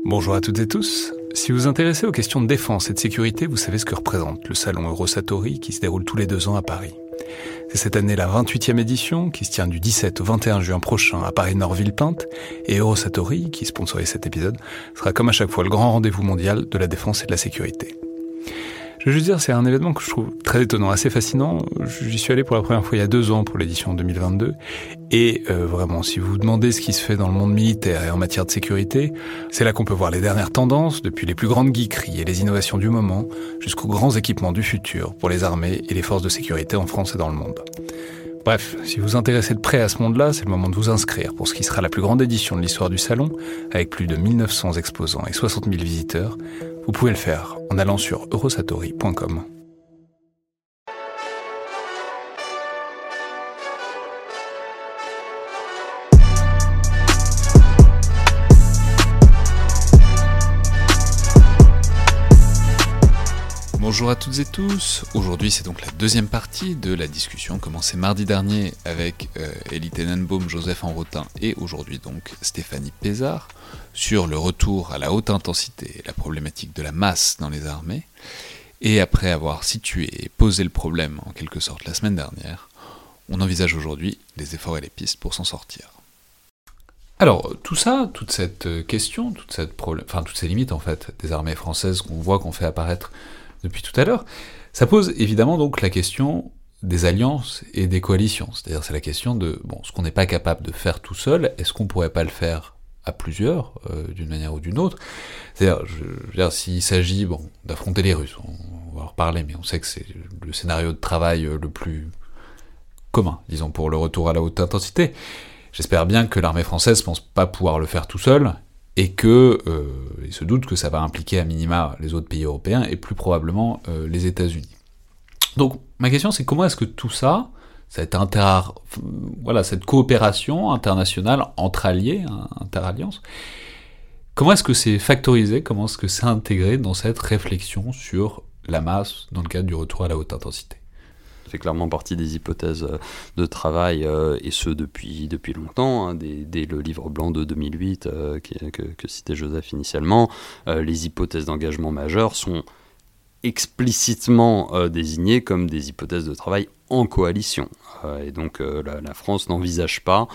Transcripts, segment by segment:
Bonjour à toutes et tous. Si vous vous intéressez aux questions de défense et de sécurité, vous savez ce que représente le salon Eurosatory qui se déroule tous les 2 ans à Paris. C'est cette année la 28e édition qui se tient du 17 au 21 juin prochain à Paris-Nord-Villepinte, et Eurosatory, qui sponsorise cet épisode, sera comme à chaque fois le grand rendez-vous mondial de la défense et de la sécurité. Je veux juste dire, c'est un événement que je trouve très étonnant, assez fascinant. J'y suis allé pour la première fois il y a 2 ans pour l'édition 2022. Et vraiment, si vous vous demandez ce qui se fait dans le monde militaire et en matière de sécurité, c'est là qu'on peut voir les dernières tendances, depuis les plus grandes geekeries et les innovations du moment, jusqu'aux grands équipements du futur pour les armées et les forces de sécurité en France et dans le monde. Bref, si vous vous intéressez de près à ce monde-là, c'est le moment de vous inscrire pour ce qui sera la plus grande édition de l'histoire du salon, avec plus de 1900 exposants et 60 000 visiteurs. Vous pouvez le faire en allant sur eurosatory.com. Bonjour à toutes et tous, aujourd'hui c'est donc la deuxième partie de la discussion commencée mardi dernier avec Elie Tenenbaum, Joseph Enrotin et aujourd'hui donc Stéphanie Pézard sur le retour à la haute intensité et la problématique de la masse dans les armées. Et après avoir situé et posé le problème en quelque sorte la semaine dernière, on envisage aujourd'hui les efforts et les pistes pour s'en sortir. Alors, tout ça, toute cette question, toutes ces limites en fait des armées françaises qu'on fait apparaître depuis tout à l'heure, ça pose évidemment donc la question des alliances et des coalitions. C'est-à-dire c'est la question de, ce qu'on n'est pas capable de faire tout seul, est-ce qu'on pourrait pas le faire à plusieurs, d'une manière ou d'une autre? C'est-à-dire, je veux dire, s'il s'agit d'affronter les Russes, on va en reparler, mais on sait que c'est le scénario de travail le plus commun, disons, pour le retour à la haute intensité. J'espère bien que l'armée française pense pas pouvoir le faire tout seul, et que il se doute que ça va impliquer à minima les autres pays européens, et plus probablement les États-Unis. Donc, ma question c'est comment est-ce que tout ça, cette coopération internationale entre alliés, interalliance, comment est-ce que c'est factorisé, comment est-ce que c'est intégré dans cette réflexion sur la masse dans le cadre du retour à la haute intensité ? Ça fait clairement partie des hypothèses de travail, et ce depuis longtemps, dès le livre blanc de 2008 que citait Joseph initialement. Les hypothèses d'engagement majeur sont explicitement désignées comme des hypothèses de travail en coalition. Et donc la France n'envisage pas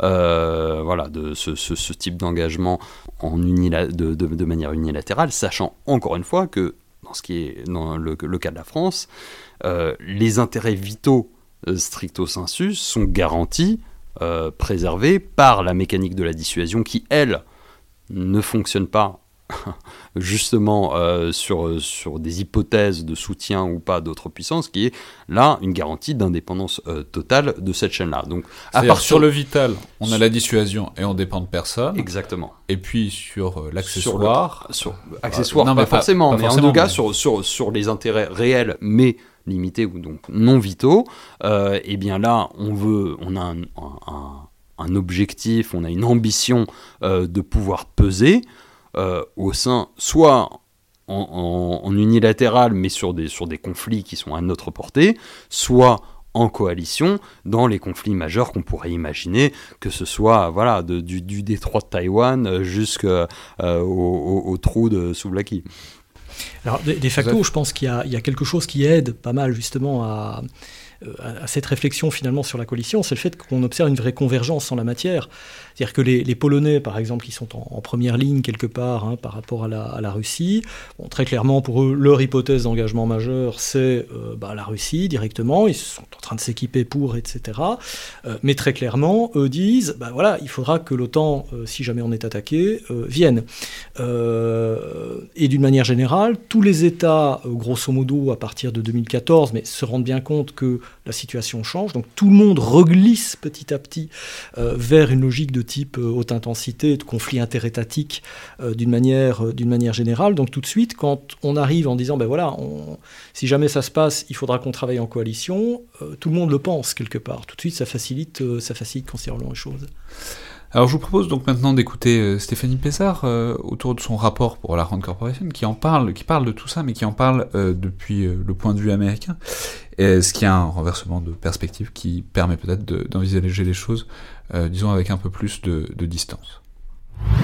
ce type d'engagement de manière unilatérale, sachant encore une fois que dans le cas de la France, les intérêts vitaux stricto sensu sont garantis, préservés par la mécanique de la dissuasion qui, elle, ne fonctionne pas justement sur des hypothèses de soutien ou pas d'autres puissances, qui est là une garantie d'indépendance totale de cette chaîne-là. Donc, sur le vital, on a la dissuasion et on dépend de personne. Exactement. Et puis sur l'accessoire... Accessoire, non, pas forcément, mais en tout cas sur les intérêts réels, mais limités ou donc non vitaux, et bien là, on a un objectif, on a une ambition de pouvoir peser au sein, soit en unilatéral, mais sur des conflits qui sont à notre portée, soit en coalition dans les conflits majeurs qu'on pourrait imaginer, que ce soit du détroit de Taïwan jusqu'au trou de Souvlaki. Alors, de facto, je pense qu'il y a quelque chose qui aide pas mal justement à cette réflexion finalement sur la coalition, c'est le fait qu'on observe une vraie convergence en la matière. C'est-à-dire que les Polonais, par exemple, qui sont en première ligne quelque part par rapport à la Russie, très clairement pour eux, leur hypothèse d'engagement majeur, c'est la Russie directement, ils sont en train de s'équiper pour, etc. Mais très clairement, eux disent, il faudra que l'OTAN, si jamais on est attaqué, vienne. Et d'une manière générale, tous les États, grosso modo, à partir de 2014, mais se rendent bien compte que la situation change, donc tout le monde reglisse petit à petit vers une logique de type haute intensité, de conflit interétatique d'une manière générale. Donc tout de suite, quand on arrive en disant si jamais ça se passe, il faudra qu'on travaille en coalition, tout le monde le pense quelque part. Tout de suite, ça facilite considérablement les choses. Alors je vous propose donc maintenant d'écouter Stéphanie Pézard autour de son rapport pour la Rand Corporation, qui parle de tout ça, mais qui en parle depuis le point de vue américain, ce qui est un renversement de perspective qui permet peut-être d'envisager les choses, disons avec un peu plus de distance.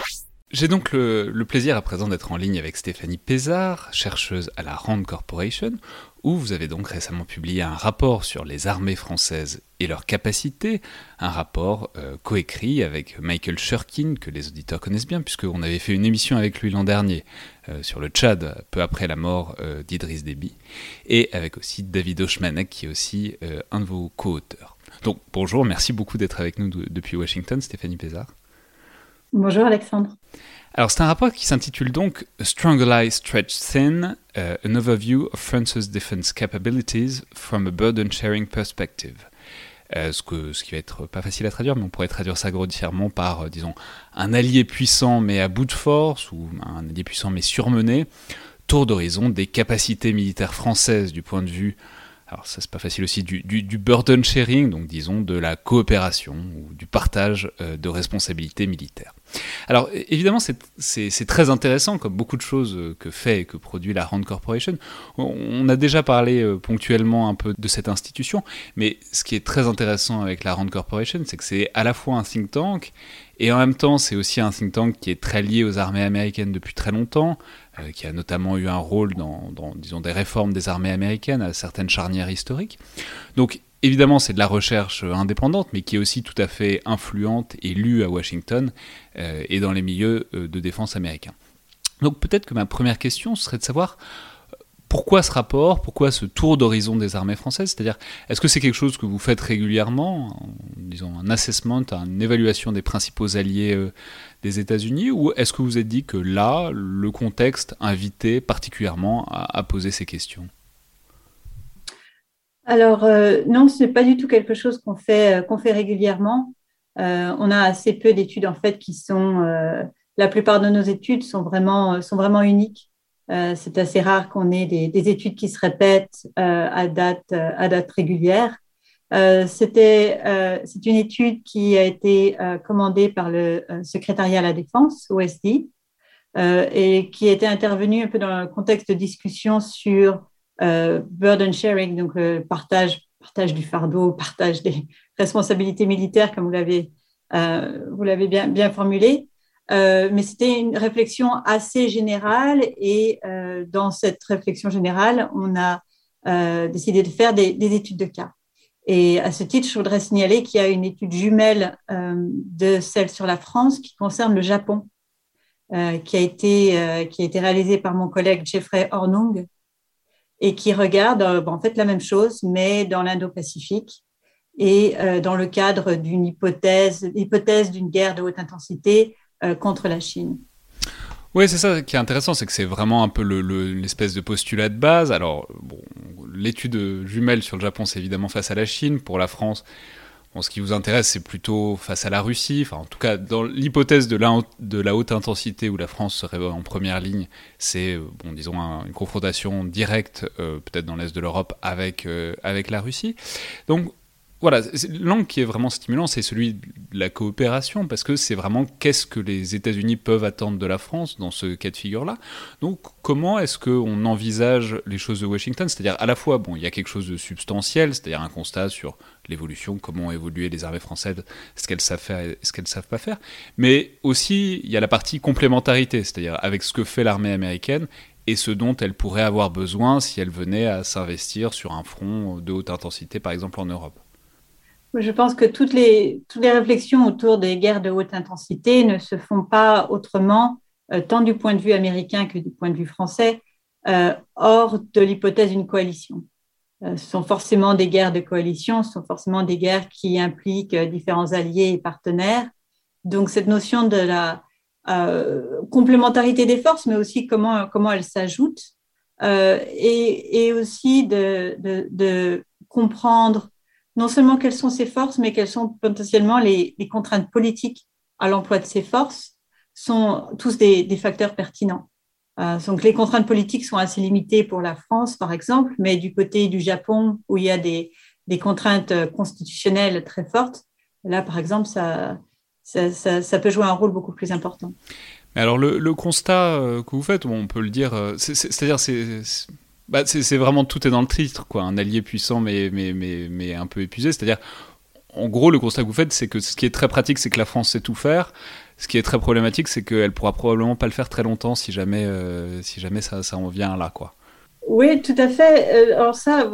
J'ai donc le plaisir à présent d'être en ligne avec Stéphanie Pézard, chercheuse à la Rand Corporation, où vous avez donc récemment publié un rapport sur les armées françaises et leurs capacités, un rapport coécrit avec Michael Shurkin, que les auditeurs connaissent bien, puisqu'on avait fait une émission avec lui l'an dernier sur le Tchad, peu après la mort d'Idriss Déby, et avec aussi David Oshmanek, qui est aussi un de vos co-auteurs. Donc bonjour, merci beaucoup d'être avec nous depuis Washington, Stéphanie Pézard. Bonjour Alexandre. Alors c'est un rapport qui s'intitule donc A Strong Ally Stretched Thin, An Overview of France's Defense Capabilities from a Burden Sharing Perspective. Ce qui va être pas facile à traduire, mais on pourrait traduire ça grossièrement par, disons, un allié puissant mais à bout de force, ou un allié puissant mais surmené, tour d'horizon des capacités militaires françaises du point de vue, alors ça c'est pas facile aussi, du burden sharing, donc disons de la coopération ou du partage de responsabilités militaires. Alors évidemment c'est très intéressant, comme beaucoup de choses que fait et que produit la Rand Corporation. On a déjà parlé ponctuellement un peu de cette institution, mais ce qui est très intéressant avec la Rand Corporation, c'est que c'est à la fois un think tank, et en même temps c'est aussi un think tank qui est très lié aux armées américaines depuis très longtemps, qui a notamment eu un rôle dans disons, des réformes des armées américaines à certaines charnières historiques. Donc évidemment, c'est de la recherche indépendante, mais qui est aussi tout à fait influente et lue à Washington et dans les milieux de défense américains. Donc peut-être que ma première question serait de savoir pourquoi ce rapport, pourquoi ce tour d'horizon des armées françaises ? C'est-à-dire, est-ce que c'est quelque chose que vous faites régulièrement, disons un assessment, une évaluation des principaux alliés des États-Unis, ou est-ce que vous vous êtes dit que là, le contexte invitait particulièrement à poser ces questions ? Alors non, ce n'est pas du tout quelque chose qu'on fait régulièrement. On a assez peu d'études en fait qui sont, la plupart de nos études sont vraiment uniques. C'est assez rare qu'on ait des études qui se répètent à date régulière. C'est une étude qui a été commandée par le secrétariat à la défense, OSD, et qui était intervenue un peu dans le contexte de discussion sur burden sharing, donc partage du fardeau, partage des responsabilités militaires, comme vous l'avez bien formulé. Mais c'était une réflexion assez générale, et dans cette réflexion générale, on a décidé de faire des études de cas. Et à ce titre, je voudrais signaler qu'il y a une étude jumelle de celle sur la France qui concerne le Japon, qui a été réalisée par mon collègue Jeffrey Hornung, et qui regarde en fait la même chose, mais dans l'Indo-Pacifique, et dans le cadre d'une hypothèse d'une guerre de haute intensité contre la Chine. Oui, c'est ça qui est intéressant, c'est que c'est vraiment un peu l'espèce de postulat de base. Alors, bon, l'étude jumelle sur le Japon, c'est évidemment face à la Chine. Pour la France, bon, ce qui vous intéresse, c'est plutôt face à la Russie. Enfin, en tout cas, dans l'hypothèse de la haute intensité où la France serait en première ligne, c'est, bon, disons, une confrontation directe, peut-être dans l'est de l'Europe, avec la Russie. Donc, voilà, l'angle qui est vraiment stimulant, c'est celui de la coopération, parce que c'est vraiment qu'est-ce que les États-Unis peuvent attendre de la France dans ce cas de figure-là. Donc, comment est-ce qu'on envisage les choses de Washington ? C'est-à-dire, à la fois, bon, il y a quelque chose de substantiel, c'est-à-dire un constat sur l'évolution, comment ont évolué les armées françaises, ce qu'elles savent faire et ce qu'elles ne savent pas faire, mais aussi, il y a la partie complémentarité, c'est-à-dire avec ce que fait l'armée américaine et ce dont elle pourrait avoir besoin si elle venait à s'investir sur un front de haute intensité, par exemple en Europe. Je pense que toutes les réflexions autour des guerres de haute intensité ne se font pas autrement, tant du point de vue américain que du point de vue français, hors de l'hypothèse d'une coalition. Ce sont forcément des guerres de coalition, ce sont forcément des guerres qui impliquent différents alliés et partenaires. Donc cette notion de la complémentarité des forces, mais aussi comment elles s'ajoutent, et aussi de comprendre non seulement quelles sont ces forces, mais quelles sont potentiellement les contraintes politiques à l'emploi de ces forces, sont tous des facteurs pertinents. Donc les contraintes politiques sont assez limitées pour la France, par exemple, mais du côté du Japon, où il y a des contraintes constitutionnelles très fortes, là, par exemple, ça peut jouer un rôle beaucoup plus important. Mais alors le constat que vous faites, on peut le dire, c'est-à-dire c'est vraiment tout est dans le titre, quoi. Un allié puissant mais un peu épuisé, c'est-à-dire en gros, le constat que vous faites, c'est que ce qui est très pratique, c'est que la France sait tout faire. Ce qui est très problématique, c'est qu'elle pourra probablement pas le faire très longtemps si jamais ça en vient là, quoi. Oui, tout à fait. Alors ça,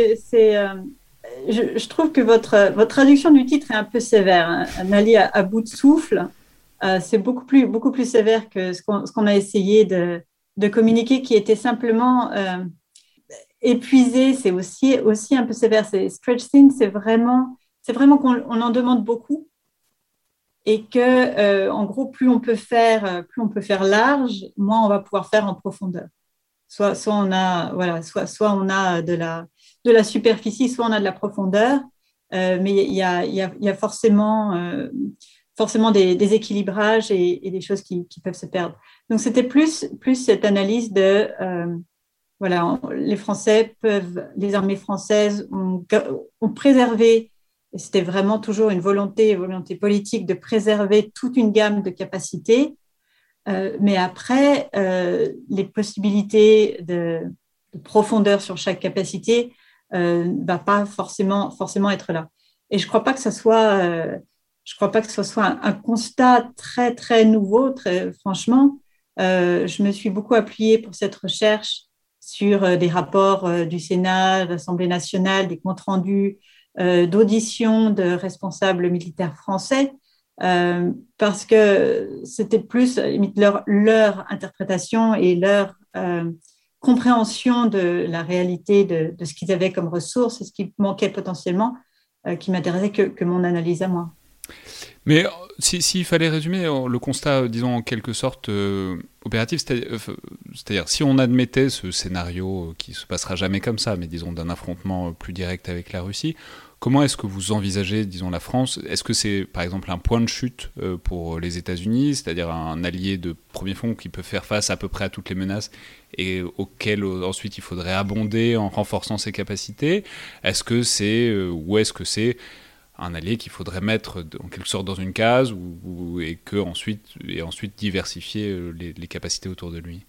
je trouve que votre traduction du titre est un peu sévère, hein. Un allié à bout de souffle, c'est beaucoup plus sévère que ce qu'on a essayé de communiquer, qui était simplement épuisé. C'est aussi un peu sévère. C'est stretch thin, c'est vraiment qu'on en demande beaucoup et que, en gros, plus on peut faire large, moins on va pouvoir faire en profondeur. Soit on a on a de la superficie, soit on a de la profondeur, mais il y a forcément des équilibrages et des choses qui peuvent se perdre. Donc c'était plus cette analyse de les armées françaises ont préservé, et c'était vraiment toujours une volonté politique de préserver toute une gamme de capacités. Mais après, les possibilités de profondeur sur chaque capacité va pas forcément être là. Et je crois pas que ce soit un constat très très nouveau. Très franchement, je me suis beaucoup appuyée pour cette recherche sur des rapports du Sénat, de l'Assemblée nationale, des comptes rendus d'auditions de responsables militaires français. Parce que c'était plus leur interprétation et leur compréhension de la réalité de ce qu'ils avaient comme ressources et ce qui manquait potentiellement qui m'intéressait que mon analyse à moi. Mais s'il fallait résumer le constat, disons en quelque sorte opératif, c'est-à-dire si on admettait ce scénario qui se passera jamais comme ça, mais disons d'un affrontement plus direct avec la Russie, comment est-ce que vous envisagez, disons, la France ? Est-ce que c'est, par exemple, un point de chute pour les États-Unis, c'est-à-dire un allié de premier fond qui peut faire face à peu près à toutes les menaces et auquel ensuite il faudrait abonder en renforçant ses capacités ? Est-ce que c'est un allié qu'il faudrait mettre en quelque sorte dans une case et ensuite diversifier les capacités autour de lui ?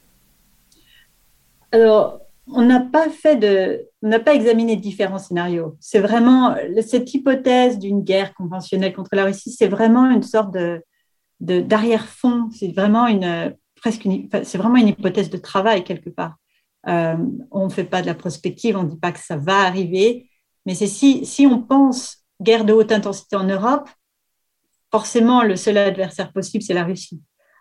Alors, on n'a pas examiné différents scénarios. C'est vraiment cette hypothèse d'une guerre conventionnelle contre la Russie, c'est vraiment une sorte d'arrière-fond. C'est vraiment une hypothèse de travail quelque part. On ne fait pas de la prospective, on ne dit pas que ça va arriver, mais c'est si on pense guerre de haute intensité en Europe, forcément le seul adversaire possible c'est la Russie.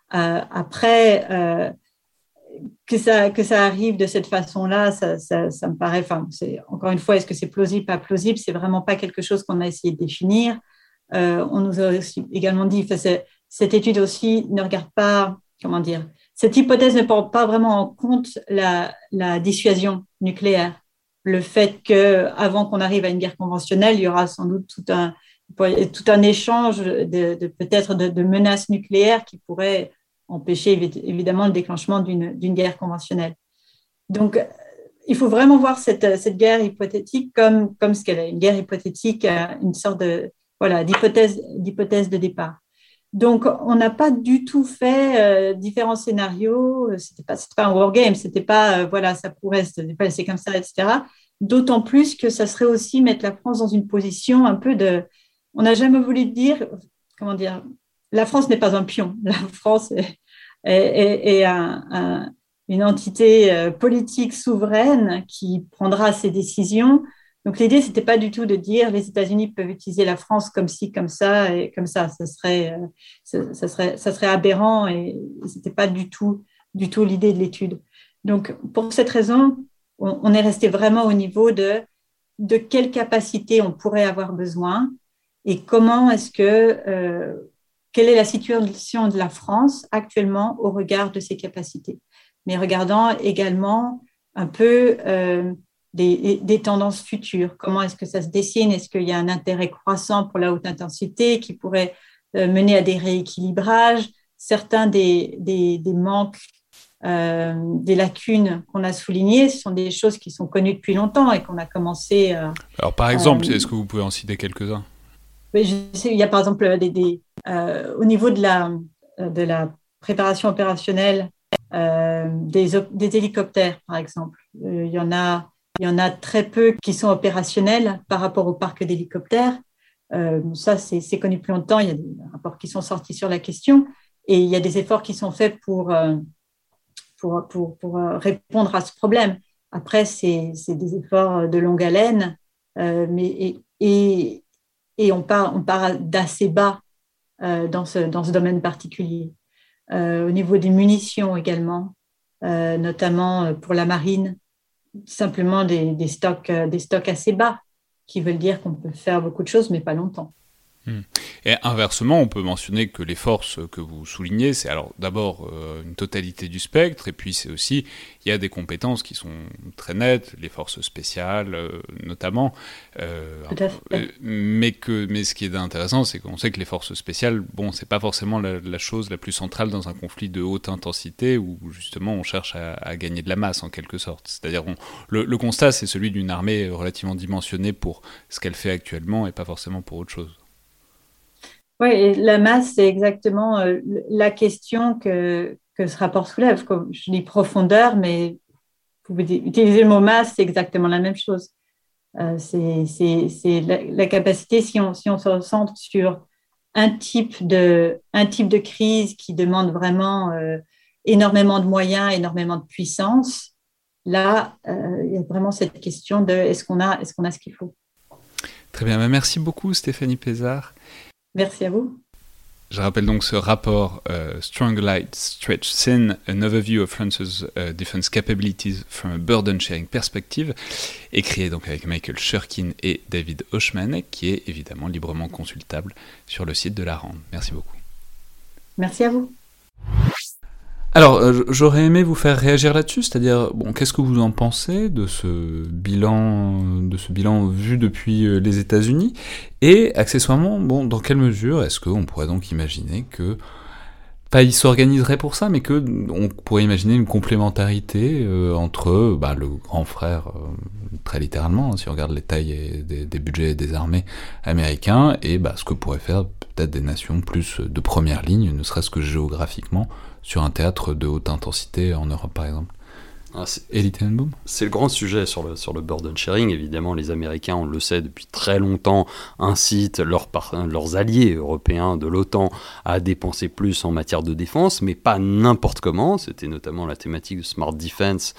Après. Que ça arrive de cette façon-là, ça me paraît. Encore une fois, est-ce que c'est plausible, pas plausible ? C'est vraiment pas quelque chose qu'on a essayé de définir. On nous a aussi également dit, cette étude aussi ne regarde pas, cette hypothèse ne prend pas vraiment en compte la dissuasion nucléaire. Le fait qu'avant qu'on arrive à une guerre conventionnelle, il y aura sans doute tout un échange peut-être de menaces nucléaires qui pourraient empêcher évidemment le déclenchement d'une guerre conventionnelle. Donc, il faut vraiment voir cette guerre hypothétique comme ce qu'elle est, une guerre hypothétique, une sorte d'hypothèse de départ. Donc, on n'a pas du tout fait différents scénarios. C'était pas un wargame, c'était pas ça pourrait se passer comme ça, etc. D'autant plus que ça serait aussi mettre la France dans une position un peu de. On n'a jamais voulu dire, la France n'est pas un pion. La France est une entité politique souveraine qui prendra ses décisions. Donc, l'idée, ce n'était pas du tout de dire les États-Unis peuvent utiliser la France comme ci, comme ça et comme ça. Ça serait aberrant et ce n'était pas du tout l'idée de l'étude. Donc, pour cette raison, on est resté vraiment au niveau de quelle capacité on pourrait avoir besoin et comment est-ce que quelle est la situation de la France actuellement au regard de ses capacités, mais regardant également un peu des tendances futures. Comment est-ce que ça se dessine ? Est-ce qu'il y a un intérêt croissant pour la haute intensité qui pourrait mener à des rééquilibrages ? Certains des manques, des lacunes qu'on a soulignées, ce sont des choses qui sont connues depuis longtemps et qu'on a commencé... Alors par exemple, est-ce que vous pouvez en citer quelques-uns ? Oui, je sais, il y a par exemple au niveau de la préparation opérationnelle des hélicoptères, par exemple. Il y en a très peu qui sont opérationnels par rapport au parc d'hélicoptères. Ça, c'est connu depuis longtemps. Il y a des rapports qui sont sortis sur la question et il y a des efforts qui sont faits pour répondre à ce problème. Après, c'est des efforts de longue haleine, mais on part d'assez bas dans ce domaine particulier. Au niveau des munitions également, notamment pour la marine, simplement des stocks assez bas, qui veulent dire qu'on peut faire beaucoup de choses, mais pas longtemps. Et inversement, on peut mentionner que les forces que vous soulignez, c'est alors d'abord une totalité du spectre, et puis c'est aussi, il y a des compétences qui sont très nettes, les forces spéciales notamment, mais ce qui est intéressant, c'est qu'on sait que les forces spéciales, bon, c'est pas forcément la chose la plus centrale dans un conflit de haute intensité, où justement on cherche à gagner de la masse en quelque sorte. C'est-à-dire, le constat, c'est celui d'une armée relativement dimensionnée pour ce qu'elle fait actuellement, et pas forcément pour autre chose. Oui, et la masse, c'est exactement la question que ce rapport soulève. Comme je dis profondeur, mais vous utilisez le mot masse, c'est exactement la même chose. C'est la capacité, si on se centre sur un type de crise qui demande vraiment énormément de moyens, énormément de puissance, là, il y a vraiment cette question de est-ce qu'on a ce qu'il faut. Très bien, merci beaucoup Stéphanie Pézard. Merci à vous. Je rappelle donc ce rapport Strong Light Stretch Thin, an overview of France's defense capabilities from a burden sharing perspective, écrit donc avec Michael Shurkin et David Hochman, qui est évidemment librement consultable sur le site de la RAND. Merci beaucoup. Merci à vous. Alors, j'aurais aimé vous faire réagir là-dessus, c'est-à-dire, bon, qu'est-ce que vous en pensez de ce bilan vu depuis les États-Unis, et accessoirement, bon, dans quelle mesure est-ce qu'on pourrait donc imaginer que, pas ils s'organiseraient pour ça, mais que on pourrait imaginer une complémentarité entre le grand frère, très littéralement, si on regarde les tailles des budgets des armées américains, et ce que pourraient faire peut-être des nations plus de première ligne, ne serait-ce que géographiquement, sur un théâtre de haute intensité en Europe par exemple. C'est le grand sujet sur le burden sharing. Évidemment, les Américains, on le sait depuis très longtemps, incitent leurs alliés européens de l'OTAN à dépenser plus en matière de défense, mais pas n'importe comment. C'était notamment la thématique de Smart Defense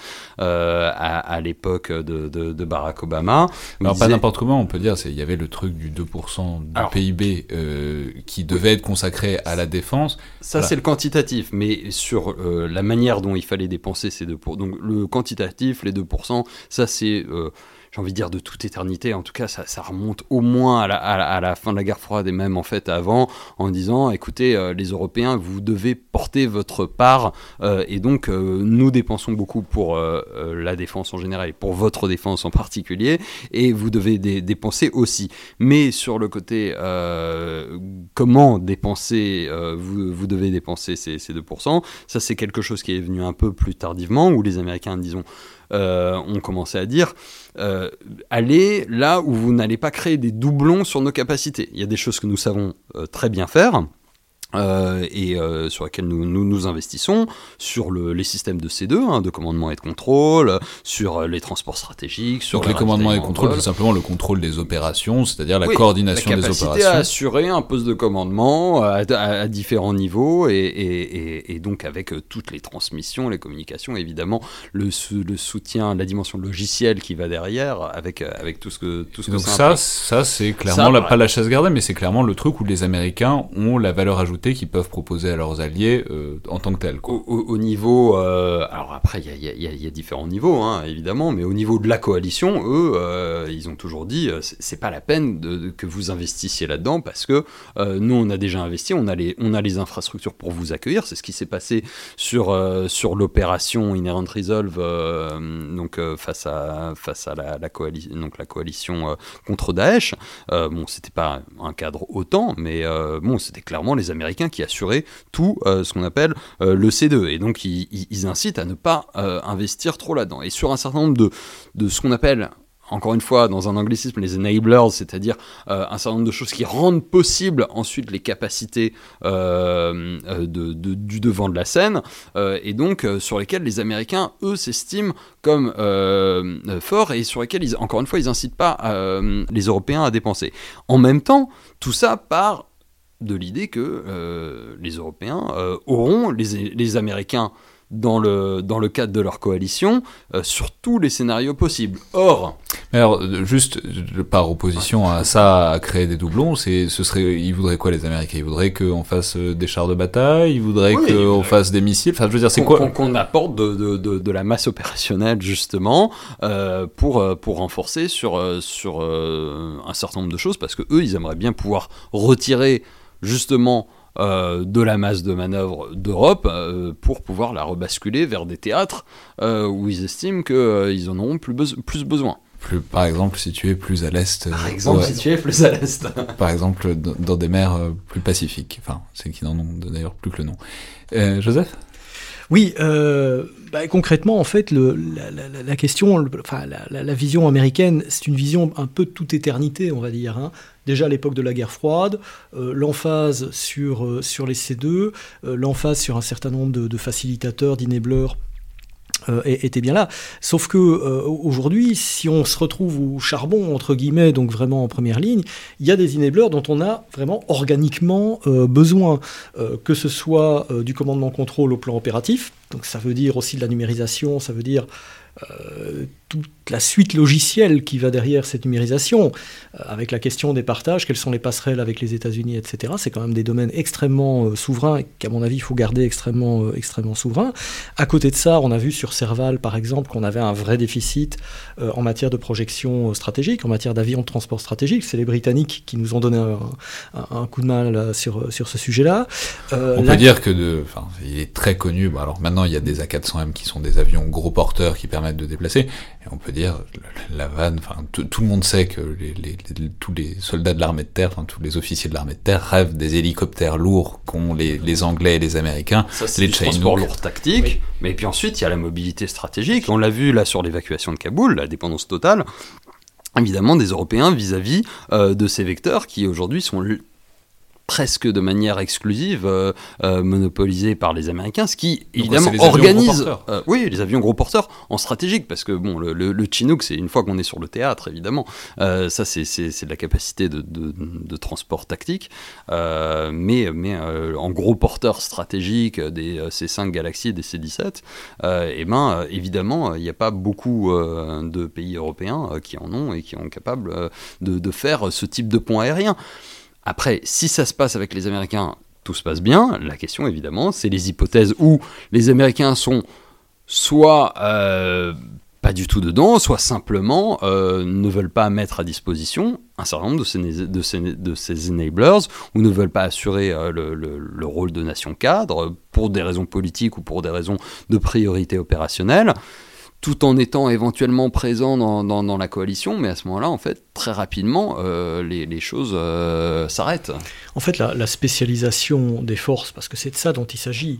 à l'époque de Barack Obama. Alors pas n'importe comment, on peut dire, il y avait le truc du 2% du PIB qui devait être consacré à la défense. Ça, c'est le quantitatif, mais sur la manière dont il fallait dépenser ces 2%. Donc, le quantitatif, les 2%, ça c'est, j'ai envie de dire de toute éternité, en tout cas ça remonte au moins à la fin de la guerre froide et même en fait avant, en disant écoutez les Européens vous devez porter votre part et donc nous dépensons beaucoup pour la défense en général et pour votre défense en particulier et vous devez dépenser aussi. Mais sur le côté comment dépenser, vous devez dépenser ces 2%, ça c'est quelque chose qui est venu un peu plus tardivement où les Américains disons ont commencé à dire allez là où vous n'allez pas créer des doublons sur nos capacités. Il y a des choses que nous savons très bien faire et sur lesquels nous investissons, sur les systèmes de C2, de commandement et de contrôle, sur les transports stratégiques, sur donc les commandements et contrôle, c'est simplement le contrôle des opérations, c'est-à-dire la coordination des opérations. La capacité à assurer un poste de commandement à différents niveaux et donc avec toutes les transmissions, les communications, évidemment le soutien, la dimension logicielle qui va derrière avec tout ce que donc ça c'est clairement pas la chasse gardée, mais c'est clairement le truc où les Américains ont la valeur ajoutée qu'ils peuvent proposer à leurs alliés en tant que tels. Au niveau... alors après, il y a différents niveaux, évidemment, mais au niveau de la coalition, eux, ils ont toujours dit c'est pas la peine que vous investissiez là-dedans parce que nous, on a déjà investi, on a les infrastructures pour vous accueillir. C'est ce qui s'est passé sur l'opération Inherent Resolve donc, face à la coalition contre Daesh. Bon, c'était pas un cadre autant, mais bon, c'était clairement les Américains qui assuraient tout ce qu'on appelle le C2 et donc ils incitent à ne pas investir trop là-dedans et sur un certain nombre de ce qu'on appelle encore une fois, dans un anglicisme, les enablers, c'est-à-dire un certain nombre de choses qui rendent possible ensuite les capacités du devant de la scène, et donc sur lesquels les Américains, eux, s'estiment comme forts, et sur lesquels, encore une fois, ils n'incitent pas les Européens à dépenser. En même temps, tout ça part de l'idée que les Européens auront les Américains dans le cadre de leur coalition sur tous les scénarios possibles. Or... Mais alors, juste par opposition à ça, à créer des doublons, ils voudraient quoi, les Américains? Ils voudraient qu'on fasse des chars de bataille, ils voudraient qu'on fasse des missiles, enfin je veux dire, c'est quoi qu'on apporte de la masse opérationnelle, justement, pour renforcer sur un certain nombre de choses, parce que eux, ils aimeraient bien pouvoir retirer justement de la masse de manœuvre d'Europe pour pouvoir la rebasculer vers des théâtres où ils estiment qu'ils en auront plus besoin. Par exemple, situés plus à l'est. Situés plus à l'est. Par exemple, dans des mers plus pacifiques. Enfin, c'est qui n'en ont d'ailleurs plus que le nom. Joseph ? Oui, concrètement, en fait, la question, la vision américaine, c'est une vision un peu de toute éternité, on va dire. Hein. Déjà à l'époque de la guerre froide, l'emphase sur les C2, l'emphase sur un certain nombre de facilitateurs, d'enablers, était bien là. Sauf que aujourd'hui, si on se retrouve au charbon, entre guillemets, donc vraiment en première ligne, il y a des enablers dont on a vraiment organiquement besoin, que ce soit du commandement-contrôle au plan opératif, donc ça veut dire aussi de la numérisation, ça veut dire toute la suite logicielle qui va derrière cette numérisation, avec la question des partages, quelles sont les passerelles avec les États-Unis, etc. C'est quand même des domaines extrêmement souverains, qu'à mon avis, il faut garder extrêmement souverains. À côté de ça, on a vu sur Serval, par exemple, qu'on avait un vrai déficit en matière de projection stratégique, en matière d'avions de transport stratégique. C'est les Britanniques qui nous ont donné un coup de main là, sur ce sujet-là. On peut dire que il est très connu. Bon, alors maintenant, il y a des A400M qui sont des avions gros porteurs qui permettent de déplacer. Et on peut dire, la vanne, tout le monde sait que tous les soldats de l'armée de terre, tous les officiers de l'armée de terre rêvent des hélicoptères lourds qu'ont les Anglais et les Américains. Ça, c'est les transports lourds tactiques. Oui. Mais puis ensuite, il y a la mobilité stratégique. On l'a vu là sur l'évacuation de Kaboul, la dépendance totale, évidemment, des Européens vis-à-vis de ces vecteurs qui aujourd'hui sont presque de manière exclusive monopolisée par les Américains, ce qui évidemment organise les avions gros porteurs en stratégique, parce que bon, le Chinook, c'est une fois qu'on est sur le théâtre, évidemment, ça c'est de la capacité de transport tactique, mais en gros porteurs stratégiques des C5 Galaxy et des C-17, évidemment il n'y a pas beaucoup de pays européens qui en ont et qui sont capables de faire ce type de pont aérien. Après, si ça se passe avec les Américains, tout se passe bien. La question, évidemment, c'est les hypothèses où les Américains sont soit pas du tout dedans, soit simplement ne veulent pas mettre à disposition un certain nombre de ces enablers, ou ne veulent pas assurer le rôle de nation cadre pour des raisons politiques ou pour des raisons de priorité opérationnelle, tout en étant éventuellement présent dans la coalition, mais à ce moment-là, en fait, très rapidement, les choses s'arrêtent. En fait, la spécialisation des forces, parce que c'est de ça dont il s'agit,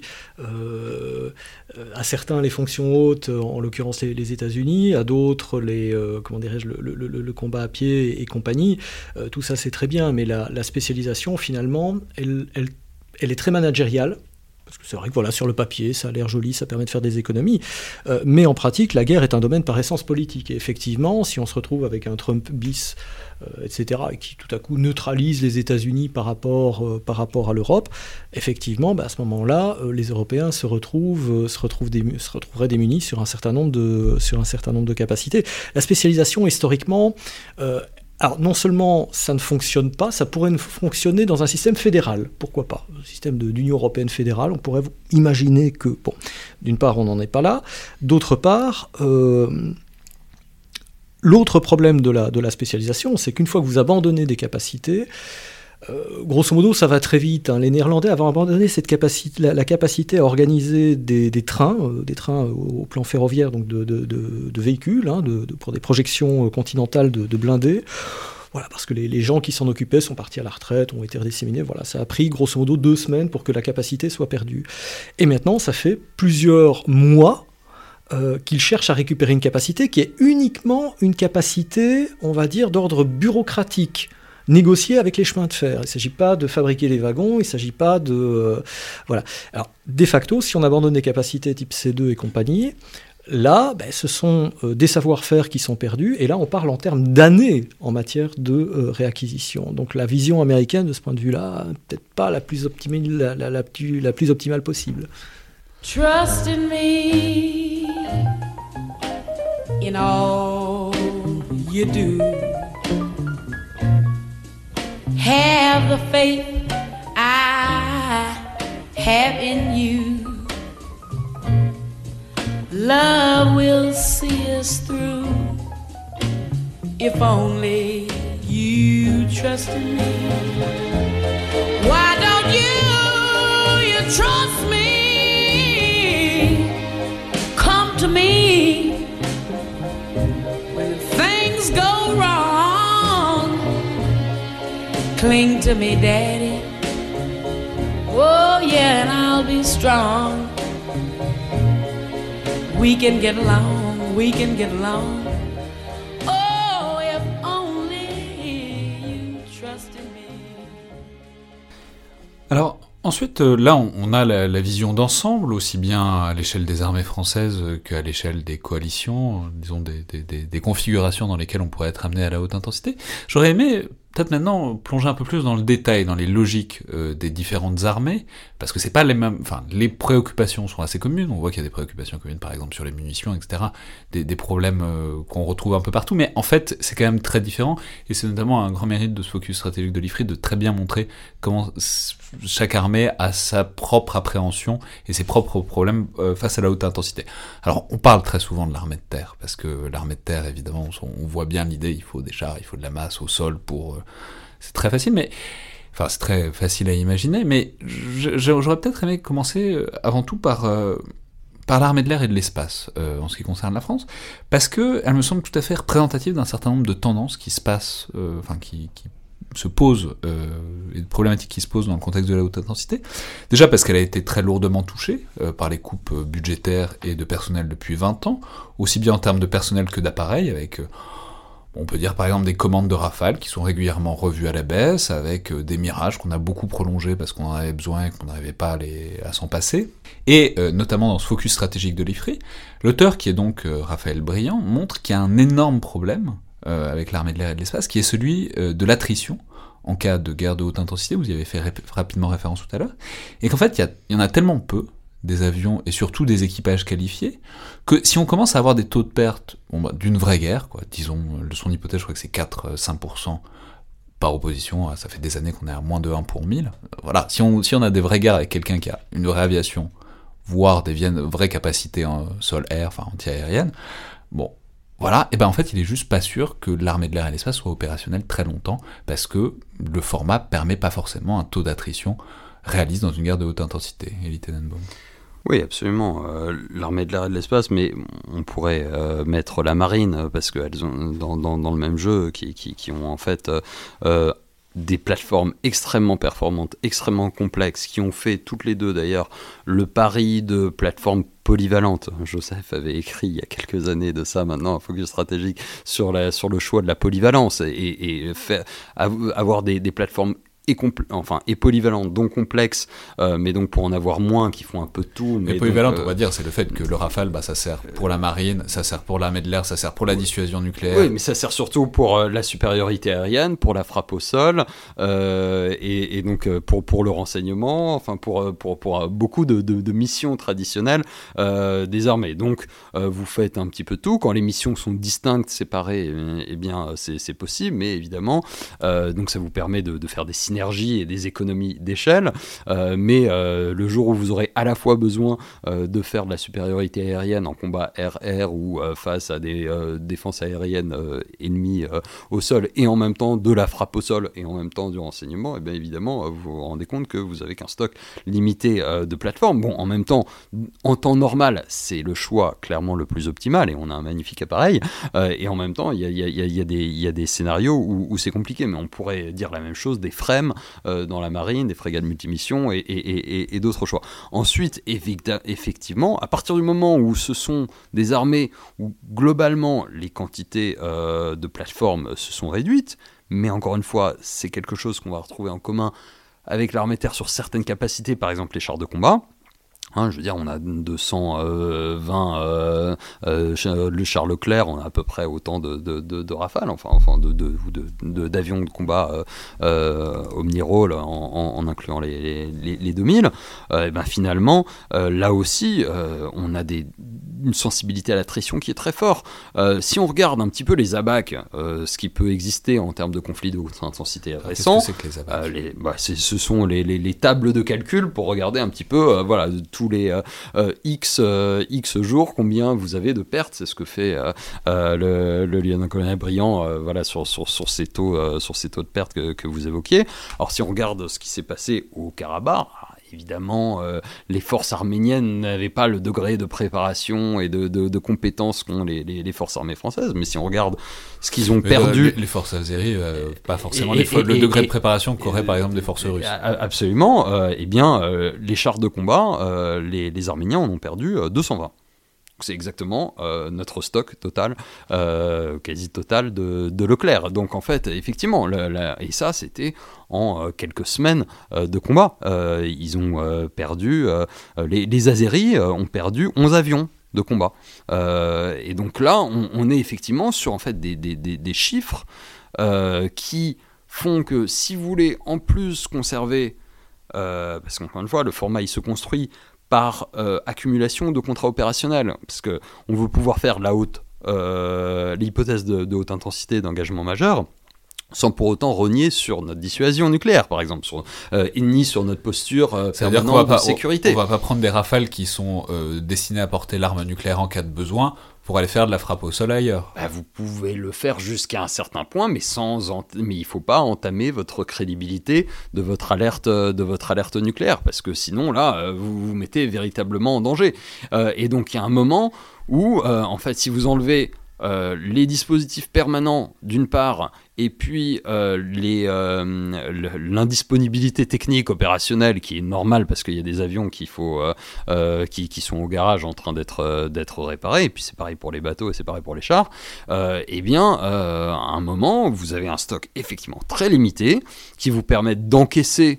à certains les fonctions hautes, en l'occurrence les États-Unis, à d'autres le combat à pied et compagnie, tout ça c'est très bien, mais la spécialisation, finalement, elle est très managériale. Parce que c'est vrai que sur le papier, ça a l'air joli, ça permet de faire des économies. Mais en pratique, la guerre est un domaine par essence politique. Et effectivement, si on se retrouve avec un Trump bis, etc., et qui tout à coup neutralise les États-Unis par rapport à l'Europe, effectivement, à ce moment-là, les Européens se retrouveraient démunis sur un certain nombre de capacités. La spécialisation, historiquement, alors non seulement ça ne fonctionne pas, ça pourrait fonctionner dans un système fédéral, pourquoi pas, un système d'Union européenne fédérale, on pourrait imaginer que, d'une part on n'en est pas là, d'autre part, l'autre problème de la spécialisation, c'est qu'une fois que vous abandonnez des capacités, grosso modo, ça va très vite. Les Néerlandais avaient abandonné la capacité à organiser des trains au plan ferroviaire, donc de véhicules, pour des projections continentales de blindés. Voilà, parce que les gens qui s'en occupaient sont partis à la retraite, ont été redisséminés. Voilà, ça a pris grosso modo 2 semaines pour que la capacité soit perdue. Et maintenant, ça fait plusieurs mois qu'il cherche à récupérer une capacité qui est uniquement une capacité, on va dire, d'ordre bureaucratique, négociée avec les chemins de fer. Il ne s'agit pas de fabriquer les wagons, il ne s'agit pas de... voilà. Alors, de facto, si on abandonne des capacités type C2 et compagnie, là, ce sont des savoir-faire qui sont perdus, et là, on parle en termes d'années en matière de réacquisition. Donc, la vision américaine, de ce point de vue-là, peut-être pas la plus optimale, la plus optimale possible. Trust in me in all you do. Have the faith I have in you. Love will see us through if only you trust in me. Why don't you trust me? Come to me when things go wrong. Cling to me, Daddy. Oh yeah, and I'll be strong. We can get along, we can get along. Oh, if only you trust in me. Alors, ensuite, là, on a la vision d'ensemble, aussi bien à l'échelle des armées françaises qu'à l'échelle des coalitions, disons des configurations dans lesquelles on pourrait être amené à la haute intensité. J'aurais aimé peut-être maintenant plonger un peu plus dans le détail, dans les logiques des différentes armées, parce que c'est pas les mêmes. Enfin, les préoccupations sont assez communes. On voit qu'il y a des préoccupations communes, par exemple sur les munitions, etc. Des problèmes qu'on retrouve un peu partout, mais en fait, c'est quand même très différent. Et c'est notamment un grand mérite de ce focus stratégique de l'IFRI de très bien montrer comment chaque armée a sa propre appréhension et ses propres problèmes face à la haute intensité. Alors, on parle très souvent de l'armée de terre, parce que l'armée de terre, évidemment, on voit bien l'idée. Il faut des chars, il faut de la masse au sol pour c'est très facile, mais enfin c'est très facile à imaginer, mais j'aurais peut-être aimé commencer avant tout par l'armée de l'air et de l'espace en ce qui concerne la France, parce que elle me semble tout à fait représentative d'un certain nombre de tendances qui se passent, qui se posent, et de problématiques qui se posent dans le contexte de la haute intensité. Déjà parce qu'elle a été très lourdement touchée par les coupes budgétaires et de personnel depuis 20 ans, aussi bien en termes de personnel que d'appareils, avec on peut dire par exemple des commandes de Rafale qui sont régulièrement revues à la baisse, avec des Mirages qu'on a beaucoup prolongés parce qu'on en avait besoin et qu'on n'arrivait pas à s'en passer. Et notamment dans ce focus stratégique de l'IFRI, l'auteur, qui est donc Raphaël Briand, montre qu'il y a un énorme problème avec l'armée de l'air et de l'espace, qui est celui de l'attrition en cas de guerre de haute intensité. Vous y avez fait rapidement référence tout à l'heure. Et qu'en fait, il y en a tellement peu, des avions et surtout des équipages qualifiés, que si on commence à avoir des taux de perte d'une vraie guerre, disons, son hypothèse, je crois que c'est 4-5% par opposition, ça fait des années qu'on est à moins de 1 pour 1000, voilà, si on a des vraies guerres avec quelqu'un qui a une vraie aviation, voire des vraies capacités en sol-air, enfin anti-aérienne, voilà, et en fait il est juste pas sûr que l'armée de l'air et l'espace soit opérationnelle très longtemps, parce que le format permet pas forcément un taux d'attrition réaliste dans une guerre de haute intensité. Élie Tenenbaum. Oui, absolument. L'armée de l'air et de l'espace, mais on pourrait mettre la marine, parce qu'elles ont dans le même jeu, qui ont en fait des plateformes extrêmement performantes, extrêmement complexes, qui ont fait toutes les deux d'ailleurs le pari de plateformes polyvalentes. Joseph avait écrit il y a quelques années de ça, maintenant un focus stratégique sur le choix de la polyvalence et avoir des plateformes et polyvalentes, donc complexes, mais donc pour en avoir moins, qui font un peu de tout. Mais polyvalente, on va dire, c'est le fait que le Rafale, ça sert pour la marine, ça sert pour l'armée de l'air, ça sert pour la dissuasion nucléaire. Oui, mais ça sert surtout pour la supériorité aérienne, pour la frappe au sol, et donc pour le renseignement, enfin pour beaucoup de missions traditionnelles des armées. Donc vous faites un petit peu tout. Quand les missions sont distinctes, séparées, eh bien c'est possible, mais évidemment, donc ça vous permet de faire des synergies et des économies d'échelle, mais le jour où vous aurez à la fois besoin de faire de la supériorité aérienne en combat air-air ou face à des défenses aériennes ennemies au sol, et en même temps de la frappe au sol et en même temps du renseignement, et bien évidemment vous vous rendez compte que vous avez qu'un stock limité de plateformes. Bon, en même temps, en temps normal, c'est le choix clairement le plus optimal et on a un magnifique appareil, et en même temps il y a des scénarios où c'est compliqué, mais on pourrait dire la même chose des FREMM systèmes dans la marine, des frégates multimissions et d'autres choix. Ensuite, effectivement, à partir du moment où ce sont des armées où globalement les quantités de plateformes se sont réduites, mais encore une fois, c'est quelque chose qu'on va retrouver en commun avec l'armée de terre sur certaines capacités, par exemple les chars de combat. Je veux dire, on a 220 le char Leclerc, on a à peu près autant de Rafale, d'avions de combat omni-rôle en incluant les 2000. Finalement, là aussi, on a une sensibilité à l'attrition qui est très forte. Si on regarde un petit peu les ABAC, ce qui peut exister en termes de conflits de haute intensité récents, qu'est-ce que c'est que les ABAC ? Ce sont les tables de calcul pour regarder un petit peu tous les X jours, combien vous avez de pertes. C'est ce que fait le lieutenant-colonel Briand sur ces taux de pertes que vous évoquiez. Alors si on regarde ce qui s'est passé au Karabakh, évidemment, les forces arméniennes n'avaient pas le degré de préparation et de compétences qu'ont les forces armées françaises, mais si on regarde ce qu'ils ont perdu... Les forces azéries, pas forcément le degré de préparation qu'auraient par exemple des forces russes. Absolument. Les chars de combat, les Arméniens en ont perdu 220. C'est exactement notre stock total, quasi total de Leclerc. Donc en fait, effectivement, et ça c'était en quelques semaines de combat. Ils ont perdu, les Azéris ont perdu 11 avions de combat. Et donc là, on est effectivement sur en fait des chiffres qui font que si vous voulez en plus conserver, parce qu'encore une fois, le format il se construit par accumulation de contrats opérationnels, parce qu'on veut pouvoir faire l'hypothèse de haute intensité d'engagement majeur, sans pour autant renier sur notre dissuasion nucléaire, par exemple, ni sur notre posture permanente de sécurité. On va pas prendre des rafales qui sont destinées à porter l'arme nucléaire en cas de besoin pour aller faire de la frappe au sol ailleurs. Vous pouvez le faire jusqu'à un certain point, mais il faut pas entamer votre crédibilité de votre alerte nucléaire, parce que sinon là, vous vous mettez véritablement en danger. Et donc il y a un moment où, en fait, si vous enlevez les dispositifs permanents d'une part, et puis l'indisponibilité technique opérationnelle qui est normale parce qu'il y a des avions qui sont au garage en train d'être réparés, et puis c'est pareil pour les bateaux et c'est pareil pour les chars, à un moment vous avez un stock effectivement très limité qui vous permet d'encaisser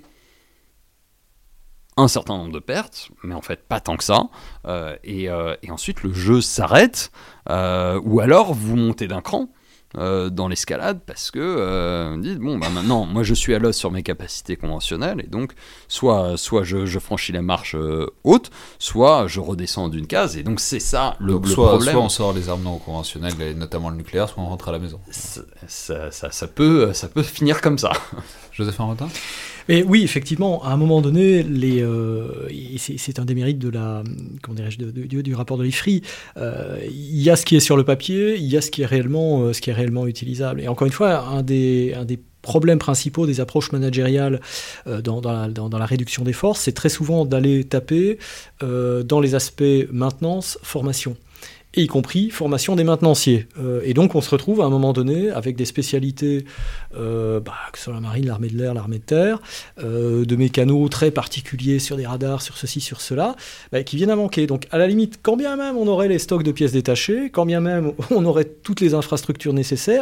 un certain nombre de pertes, mais en fait pas tant que ça, et ensuite le jeu s'arrête, ou alors vous montez d'un cran dans l'escalade parce que vous dites maintenant moi je suis à l'os sur mes capacités conventionnelles, et donc soit je franchis la marche haute, soit je redescends d'une case, et donc c'est ça le problème. Soit on sort les armes non conventionnelles, et notamment le nucléaire, soit on rentre à la maison. Ça peut finir comme ça. Joseph Henrotin ? Mais oui, effectivement, à un moment donné, c'est un des mérites du rapport de l'IFRI. Il y a ce qui est sur le papier, il y a ce qui est réellement utilisable. Et encore une fois, un des problèmes principaux des approches managériales dans la réduction des forces, c'est très souvent d'aller taper dans les aspects maintenance, formation, et y compris formation des maintenanciers. Et donc on se retrouve à un moment donné avec des spécialités, que ce soit la marine, l'armée de l'air, l'armée de terre, de mécanos très particuliers sur des radars, sur ceci, sur cela, qui viennent à manquer. Donc à la limite, quand bien même on aurait les stocks de pièces détachées, quand bien même on aurait toutes les infrastructures nécessaires,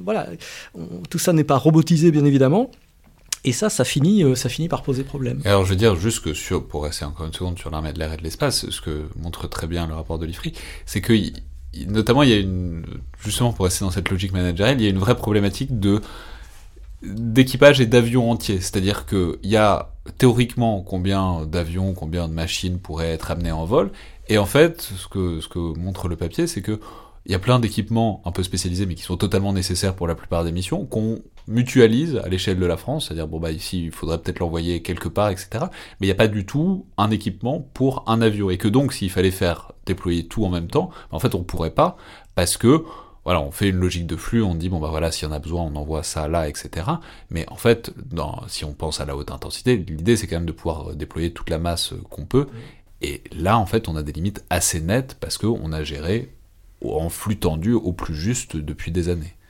tout ça n'est pas robotisé bien évidemment. Et ça finit par poser problème. Alors je veux dire, juste que pour rester encore une seconde sur l'armée de l'air et de l'espace, ce que montre très bien le rapport de l'IFRI, c'est que notamment il y a justement pour rester dans cette logique managériale, il y a une vraie problématique d'équipage et d'avions entiers. C'est-à-dire qu'il y a théoriquement combien d'avions, combien de machines pourraient être amenées en vol, et en fait, ce que montre le papier, c'est que il y a plein d'équipements un peu spécialisés, mais qui sont totalement nécessaires pour la plupart des missions, qu'on mutualise à l'échelle de la France, c'est-à-dire, ici, il faudrait peut-être l'envoyer quelque part, etc. Mais il n'y a pas du tout un équipement pour un avion. Et que donc, s'il fallait faire déployer tout en même temps, en fait, on ne pourrait pas, parce que, on fait une logique de flux, on dit, s'il y en a besoin, on envoie ça là, etc. Mais en fait, si on pense à la haute intensité, l'idée, c'est quand même de pouvoir déployer toute la masse qu'on peut. Et là, en fait, on a des limites assez nettes, parce qu'on a géré en flux tendu au plus juste depuis des années.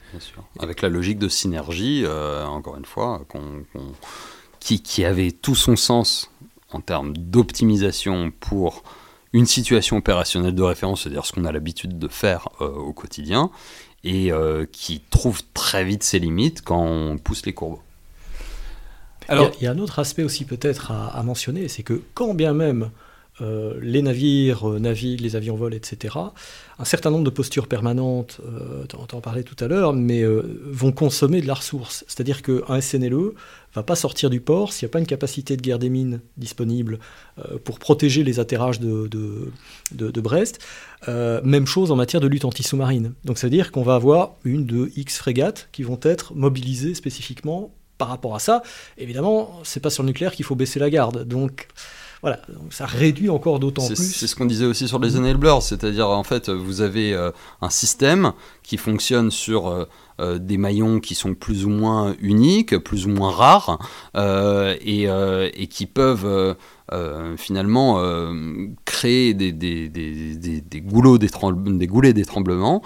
Bien sûr. Avec la logique de synergie, encore une fois, qui avait tout son sens en termes d'optimisation pour une situation opérationnelle de référence, c'est-à-dire ce qu'on a l'habitude de faire au quotidien, et qui trouve très vite ses limites quand on pousse les courbes. Alors, il y a un autre aspect aussi peut-être à mentionner, c'est que quand bien même les navires naviguent, les avions volent, etc., un certain nombre de postures permanentes, tu en parlais tout à l'heure, mais vont consommer de la ressource. C'est-à-dire qu'un SNLE ne va pas sortir du port s'il n'y a pas une capacité de guerre des mines disponible pour protéger les atterrages de Brest. Même chose en matière de lutte anti-sous-marine. Donc ça veut dire qu'on va avoir une de X frégates qui vont être mobilisées spécifiquement par rapport à ça. Évidemment, c'est pas sur le nucléaire qu'il faut baisser la garde. Donc voilà, ça réduit encore d'autant plus. C'est ce qu'on disait aussi sur les enablers, c'est-à-dire en fait vous avez un système qui fonctionne sur des maillons qui sont plus ou moins uniques, plus ou moins rares, et qui peuvent finalement créer des goulets d'étranglement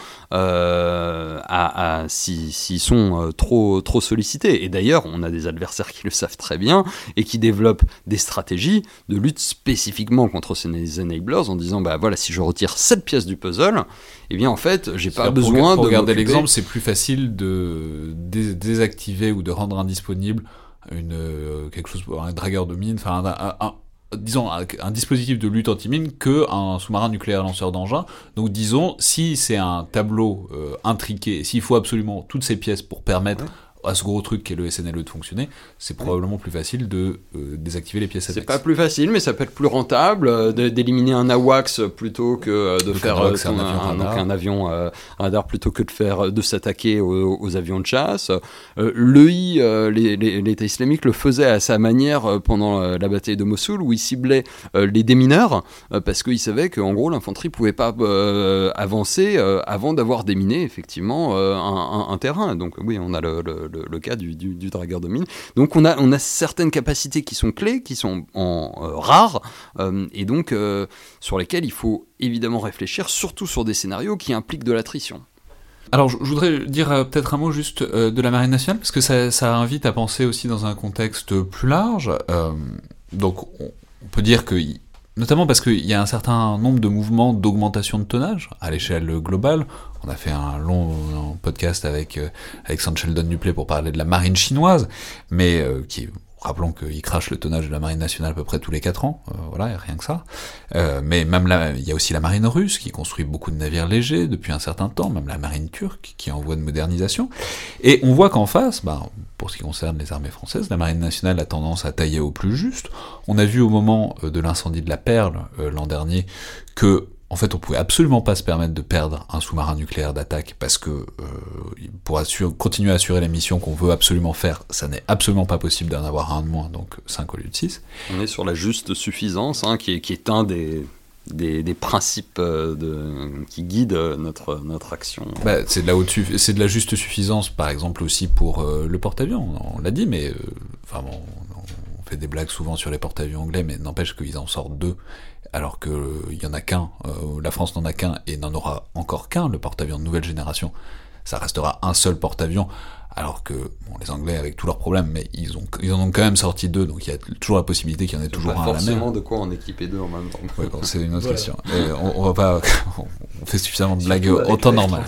s'ils sont trop sollicités. Et d'ailleurs, on a des adversaires qui le savent très bien et qui développent des stratégies de lutte spécifiquement contre ces enablers en disant bah voilà, si je retire cette pièce du puzzle, eh bien en fait, j'ai pas besoin de regarder l'exemple, c'est plus facile de désactiver ou de rendre indisponible quelque chose, un dragueur de mine, enfin disons un dispositif de lutte anti-mine qu'un sous-marin nucléaire lanceur d'engins. Donc disons, si c'est un tableau intriqué, s'il faut absolument toutes ces pièces pour permettre à ce gros truc qu'est le SNLE de fonctionner, c'est probablement plus facile de désactiver les pièces annexes. C'est pas plus facile, mais ça peut être plus rentable d'éliminer un AWACS plutôt que de faire un avion radar plutôt que de s'attaquer aux avions de chasse. L'EI, l'État islamique le faisait à sa manière pendant la bataille de Mossoul, où il ciblait les démineurs parce qu'il savait qu'en gros l'infanterie pouvait pas avancer avant d'avoir déminé effectivement un terrain. Donc oui, on a le cas du dragueur de mine. Donc on a certaines capacités qui sont clés, qui sont rares, et donc sur lesquelles il faut évidemment réfléchir, surtout sur des scénarios qui impliquent de l'attrition. Alors je voudrais dire peut-être un mot juste de la Marine nationale, parce que ça invite à penser aussi dans un contexte plus large. Donc on peut dire que notamment parce qu'il y a un certain nombre de mouvements d'augmentation de tonnage à l'échelle globale. On a fait un long podcast avec Alexandre Sheldon-Duplay pour parler de la marine chinoise, mais rappelons qu'il crache le tonnage de la marine nationale à peu près tous les 4 ans, voilà, et rien que ça. Mais même là, il y a aussi la marine russe qui construit beaucoup de navires légers depuis un certain temps, même la marine turque qui est en voie de modernisation. Et on voit qu'en face, pour ce qui concerne les armées françaises, la marine nationale a tendance à tailler au plus juste. On a vu au moment de l'incendie de la Perle l'an dernier que en fait, on pouvait absolument pas se permettre de perdre un sous-marin nucléaire d'attaque parce que pour continuer à assurer la mission qu'on veut absolument faire, ça n'est absolument pas possible d'en avoir un de moins, donc 5 au lieu de 6. On est sur la juste suffisance, qui est un des principes qui guident notre action. C'est de la juste suffisance, par exemple aussi pour le porte-avions. On l'a dit, mais on fait des blagues souvent sur les porte-avions anglais, mais n'empêche qu'ils en sortent 2. Alors qu'il y en a qu'un, la France n'en a qu'un et n'en aura encore qu'un, le porte-avions de nouvelle génération. Ça restera un seul porte-avions, alors que les Anglais, avec tous leurs problèmes, mais ils en ont quand même sorti 2, donc il y a toujours la possibilité qu'il y en ait toujours un à la mer. Forcément de quoi en équiper 2 en même temps. Ouais, c'est une autre question. Et on va pas, on fait suffisamment de blagues au temps normal.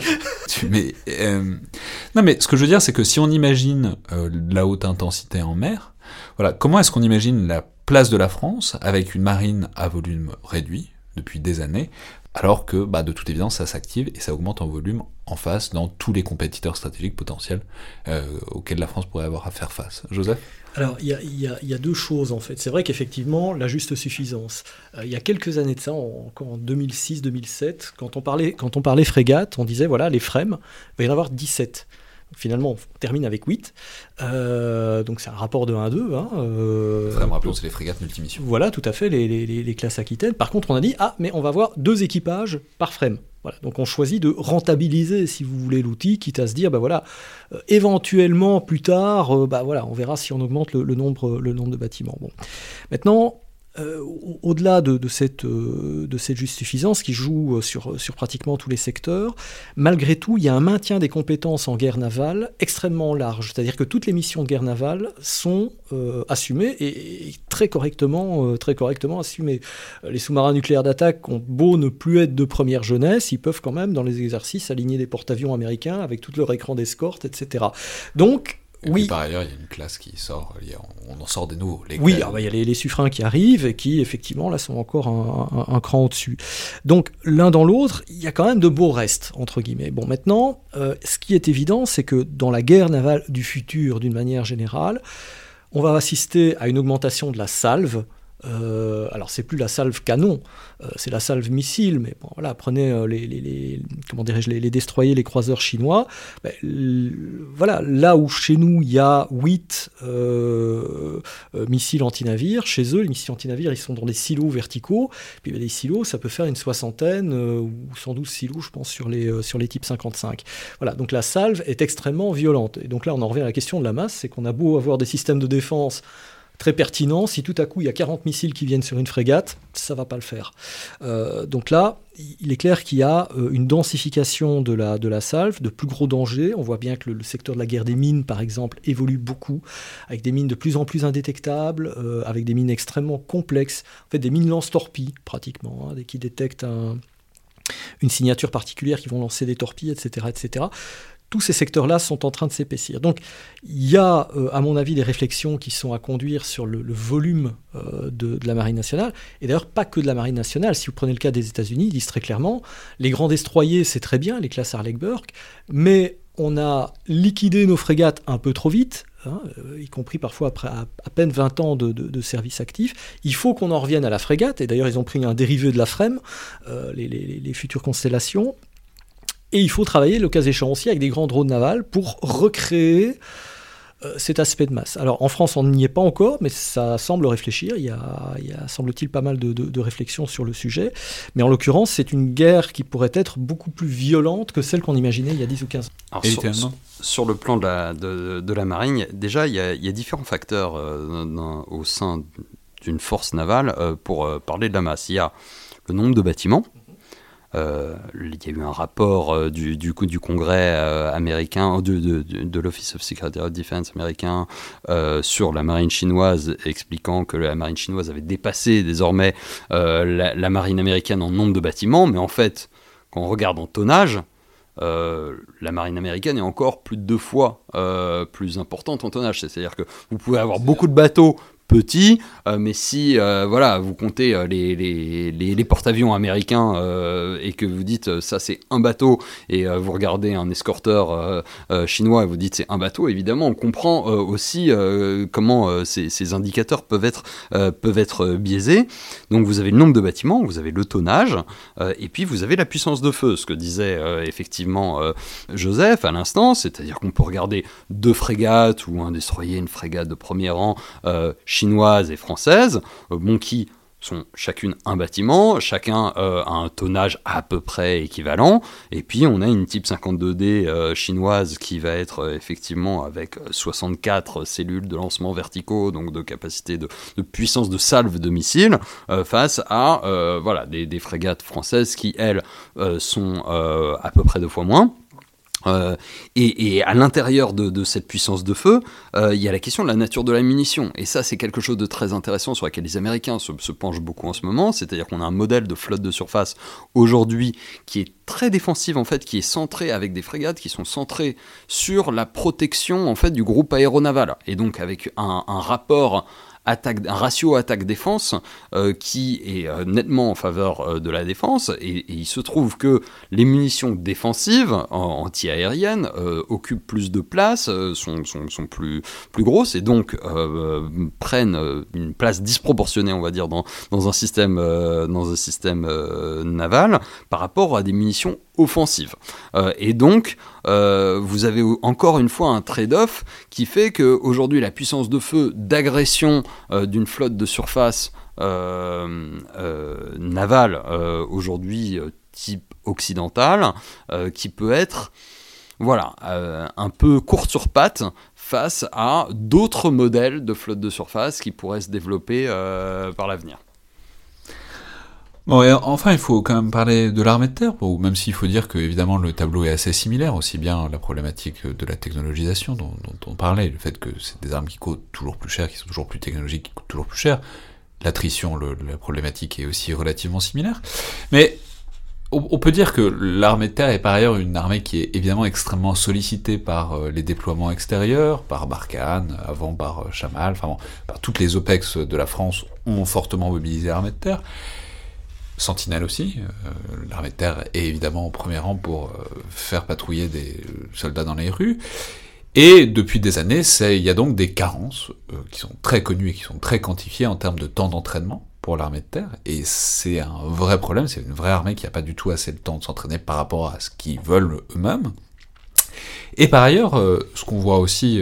Non, mais ce que je veux dire, c'est que si on imagine la haute intensité en mer, voilà, comment est-ce qu'on imagine la place de la France avec une marine à volume réduit depuis des années, alors que de toute évidence ça s'active et ça augmente en volume en face dans tous les compétiteurs stratégiques potentiels auxquels la France pourrait avoir à faire face. Joseph ? Alors il y a 2 choses en fait. C'est vrai qu'effectivement la juste suffisance. Il y a quelques années de ça, encore en 2006-2007, quand on parlait frégate, on disait voilà les FREM, il va y en avoir 17. Finalement, on termine avec 8. Donc c'est un rapport de 1 à 2. Rappelons, c'est les frégates multimissions. Voilà, tout à fait, les classes Aquitaine. Par contre, on a dit, mais on va avoir 2 équipages par FREM. Voilà, donc on choisit de rentabiliser, si vous voulez, l'outil, quitte à se dire, éventuellement, plus tard, on verra si on augmente le nombre de bâtiments. Bon. Maintenant, au-delà de cette juste suffisance qui joue sur pratiquement tous les secteurs, malgré tout, il y a un maintien des compétences en guerre navale extrêmement large. C'est-à-dire que toutes les missions de guerre navale sont assumées et très correctement assumées. Les sous-marins nucléaires d'attaque ont beau ne plus être de première jeunesse, ils peuvent quand même, dans les exercices, aligner des porte-avions américains avec tout leur écran d'escorte, etc. Donc, et puis par ailleurs, il y a une classe qui sort, on en sort des nouveaux. Oui, il y a les suffrains qui arrivent et qui, effectivement, là, sont encore un cran au-dessus. Donc, l'un dans l'autre, il y a quand même de beaux restes, entre guillemets. Bon, maintenant, ce qui est évident, c'est que dans la guerre navale du futur, d'une manière générale, on va assister à une augmentation de la salve. Alors c'est plus la salve canon, c'est la salve missile, mais bon, voilà, prenez les destroyers, les croiseurs chinois, voilà, là où chez nous il y a 8 missiles anti-navires, chez eux les missiles anti-navires ils sont dans des silos verticaux, puis les silos ça peut faire une 60aine ou 112 silos je pense sur les types 55. Voilà, donc la salve est extrêmement violente, et donc là on en revient à la question de la masse, c'est qu'on a beau avoir des systèmes de défense très pertinent, si tout à coup il y a 40 missiles qui viennent sur une frégate, ça ne va pas le faire. Donc là, il est clair qu'il y a une densification de la salve, de plus gros dangers. On voit bien que le secteur de la guerre des mines, par exemple, évolue beaucoup, avec des mines de plus en plus indétectables, avec des mines extrêmement complexes, en fait des mines lance-torpilles pratiquement, dès qu'ils détectent une signature particulière, qui vont lancer des torpilles, etc., etc. Tous ces secteurs-là sont en train de s'épaissir. Donc, il y a, à mon avis, des réflexions qui sont à conduire sur le volume de la Marine nationale. Et d'ailleurs, pas que de la Marine nationale. Si vous prenez le cas des États-Unis, ils disent très clairement, les grands destroyers, c'est très bien, les classes Harley-Burke, mais on a liquidé nos frégates un peu trop vite, y compris parfois après à peine 20 ans de service actif. Il faut qu'on en revienne à la frégate. Et d'ailleurs, ils ont pris un dérivé de la FREM, les futures constellations. Et il faut travailler, le cas échéant aussi, avec des grands drones navals pour recréer cet aspect de masse. Alors en France, on n'y est pas encore, mais ça semble réfléchir. Il y a semble-t-il, pas mal de réflexions sur le sujet. Mais en l'occurrence, c'est une guerre qui pourrait être beaucoup plus violente que celle qu'on imaginait il y a 10 ou 15 ans. Alors, sur le plan de la marine, déjà, il y a différents facteurs au sein d'une force navale pour parler de la masse. Il y a le nombre de bâtiments. Il y a eu un rapport du Congrès américain, de l'Office of Secretary of Defense américain sur la marine chinoise, expliquant que la marine chinoise avait dépassé désormais la marine américaine en nombre de bâtiments, mais en fait, quand on regarde en tonnage, la marine américaine est encore plus de 2 fois plus importante en tonnage. C'est-à-dire que vous pouvez avoir beaucoup de bateaux petits, mais si vous comptez les porte-avions américains et que vous dites ça c'est un bateau, et vous regardez un escorteur chinois et vous dites c'est un bateau, évidemment on comprend aussi comment ces indicateurs peuvent être biaisés. Donc vous avez le nombre de bâtiments, vous avez le tonnage, et puis vous avez la puissance de feu, ce que disait effectivement Joseph à l'instant, c'est-à-dire qu'on peut regarder 2 frégates ou un destroyer, une frégate de premier rang chinoise et française, qui sont chacune un bâtiment, chacun a un tonnage à peu près équivalent, et puis on a une type 52D chinoise qui va être effectivement avec 64 cellules de lancement verticaux, donc de capacité de puissance de salve de missiles, face à des frégates françaises qui, elles, sont à peu près 2 fois moins. Et à l'intérieur de cette puissance de feu, il y a la question de la nature de la munition. Et ça, c'est quelque chose de très intéressant sur laquelle les Américains se penchent beaucoup en ce moment. C'est-à-dire qu'on a un modèle de flotte de surface aujourd'hui qui est très défensive, en fait, qui est centrée avec des frégates qui sont centrées sur la protection, en fait, du groupe aéronaval. Et donc avec un rapport un ratio attaque-défense qui est nettement en faveur de la défense, et il se trouve que les munitions défensives anti-aériennes occupent plus de place, sont plus grosses, et donc prennent une place disproportionnée, on va dire, dans un système naval par rapport à des munitions offensives. Et donc vous avez encore une fois un trade-off qui fait qu'aujourd'hui la puissance de feu d'agression d'une flotte de surface navale aujourd'hui type occidental, qui peut être un peu courte sur pattes face à d'autres modèles de flotte de surface qui pourraient se développer par l'avenir. Bon, et enfin, il faut quand même parler de l'armée de terre, même s'il faut dire que évidemment le tableau est assez similaire, aussi bien la problématique de la technologisation dont on parlait, le fait que c'est des armes qui coûtent toujours plus cher, qui sont toujours plus technologiques, qui coûtent toujours plus cher. L'attrition, la problématique est aussi relativement similaire. Mais on peut dire que l'armée de terre est par ailleurs une armée qui est évidemment extrêmement sollicitée par les déploiements extérieurs, par Barkhane, avant par Chamal, enfin bon, par toutes les OPEX de la France ont fortement mobilisé l'armée de terre. Sentinelle aussi, l'armée de terre est évidemment au premier rang pour faire patrouiller des soldats dans les rues, et depuis des années, il y a donc des carences qui sont très connues et qui sont très quantifiées en termes de temps d'entraînement pour l'armée de terre, et c'est un vrai problème, c'est une vraie armée qui n'a pas du tout assez de temps de s'entraîner par rapport à ce qu'ils veulent eux-mêmes. Et par ailleurs, ce qu'on voit aussi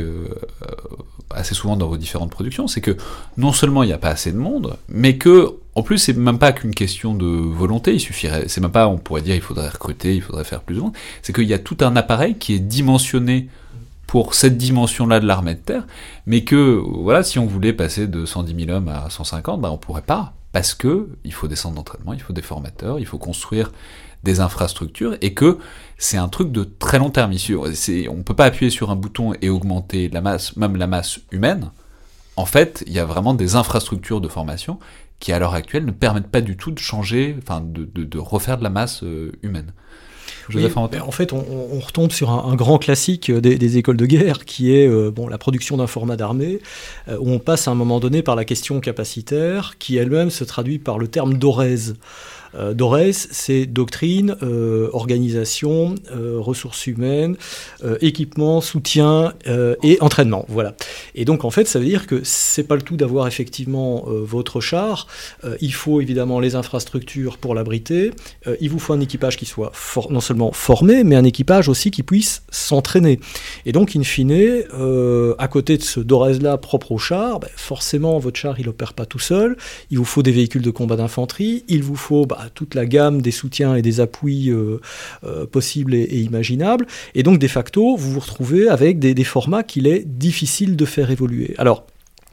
assez souvent dans vos différentes productions, c'est que non seulement il n'y a pas assez de monde, mais que, en plus, c'est même pas qu'une question de volonté, il suffirait, c'est même pas, on pourrait dire, il faudrait recruter, il faudrait faire plus de monde, c'est qu'il y a tout un appareil qui est dimensionné pour cette dimension-là de l'armée de terre, mais que, voilà, si on voulait passer de 110 000 hommes à 150, on pourrait pas, parce que il faut des centres d'entraînement, il faut des formateurs, il faut construire des infrastructures, et que c'est un truc de très long terme. Ici, on peut pas appuyer sur un bouton et augmenter la masse, même la masse humaine. En fait, il y a vraiment des infrastructures de formation qui, à l'heure actuelle, ne permettent pas du tout de changer, enfin, de refaire de la masse humaine. Oui, en fait, on retombe sur un grand classique des écoles de guerre, qui est la production d'un format d'armée, où on passe à un moment donné par la question capacitaire, qui elle-même se traduit par le terme d'ORES. DORES, c'est doctrine, organisation, ressources humaines, équipement, soutien et entraînement. Voilà. Et donc en fait, ça veut dire que c'est pas le tout d'avoir effectivement votre char. Il faut évidemment les infrastructures pour l'abriter. Il vous faut un équipage qui soit non seulement formé, mais un équipage aussi qui puisse s'entraîner. Et donc, in fine, à côté de ce DORES-là propre au char, forcément, votre char, il opère pas tout seul. Il vous faut des véhicules de combat d'infanterie. Il vous faut toute la gamme des soutiens et des appuis possibles et imaginables. Et donc, de facto, vous vous retrouvez avec des formats qu'il est difficile de faire évoluer. Alors,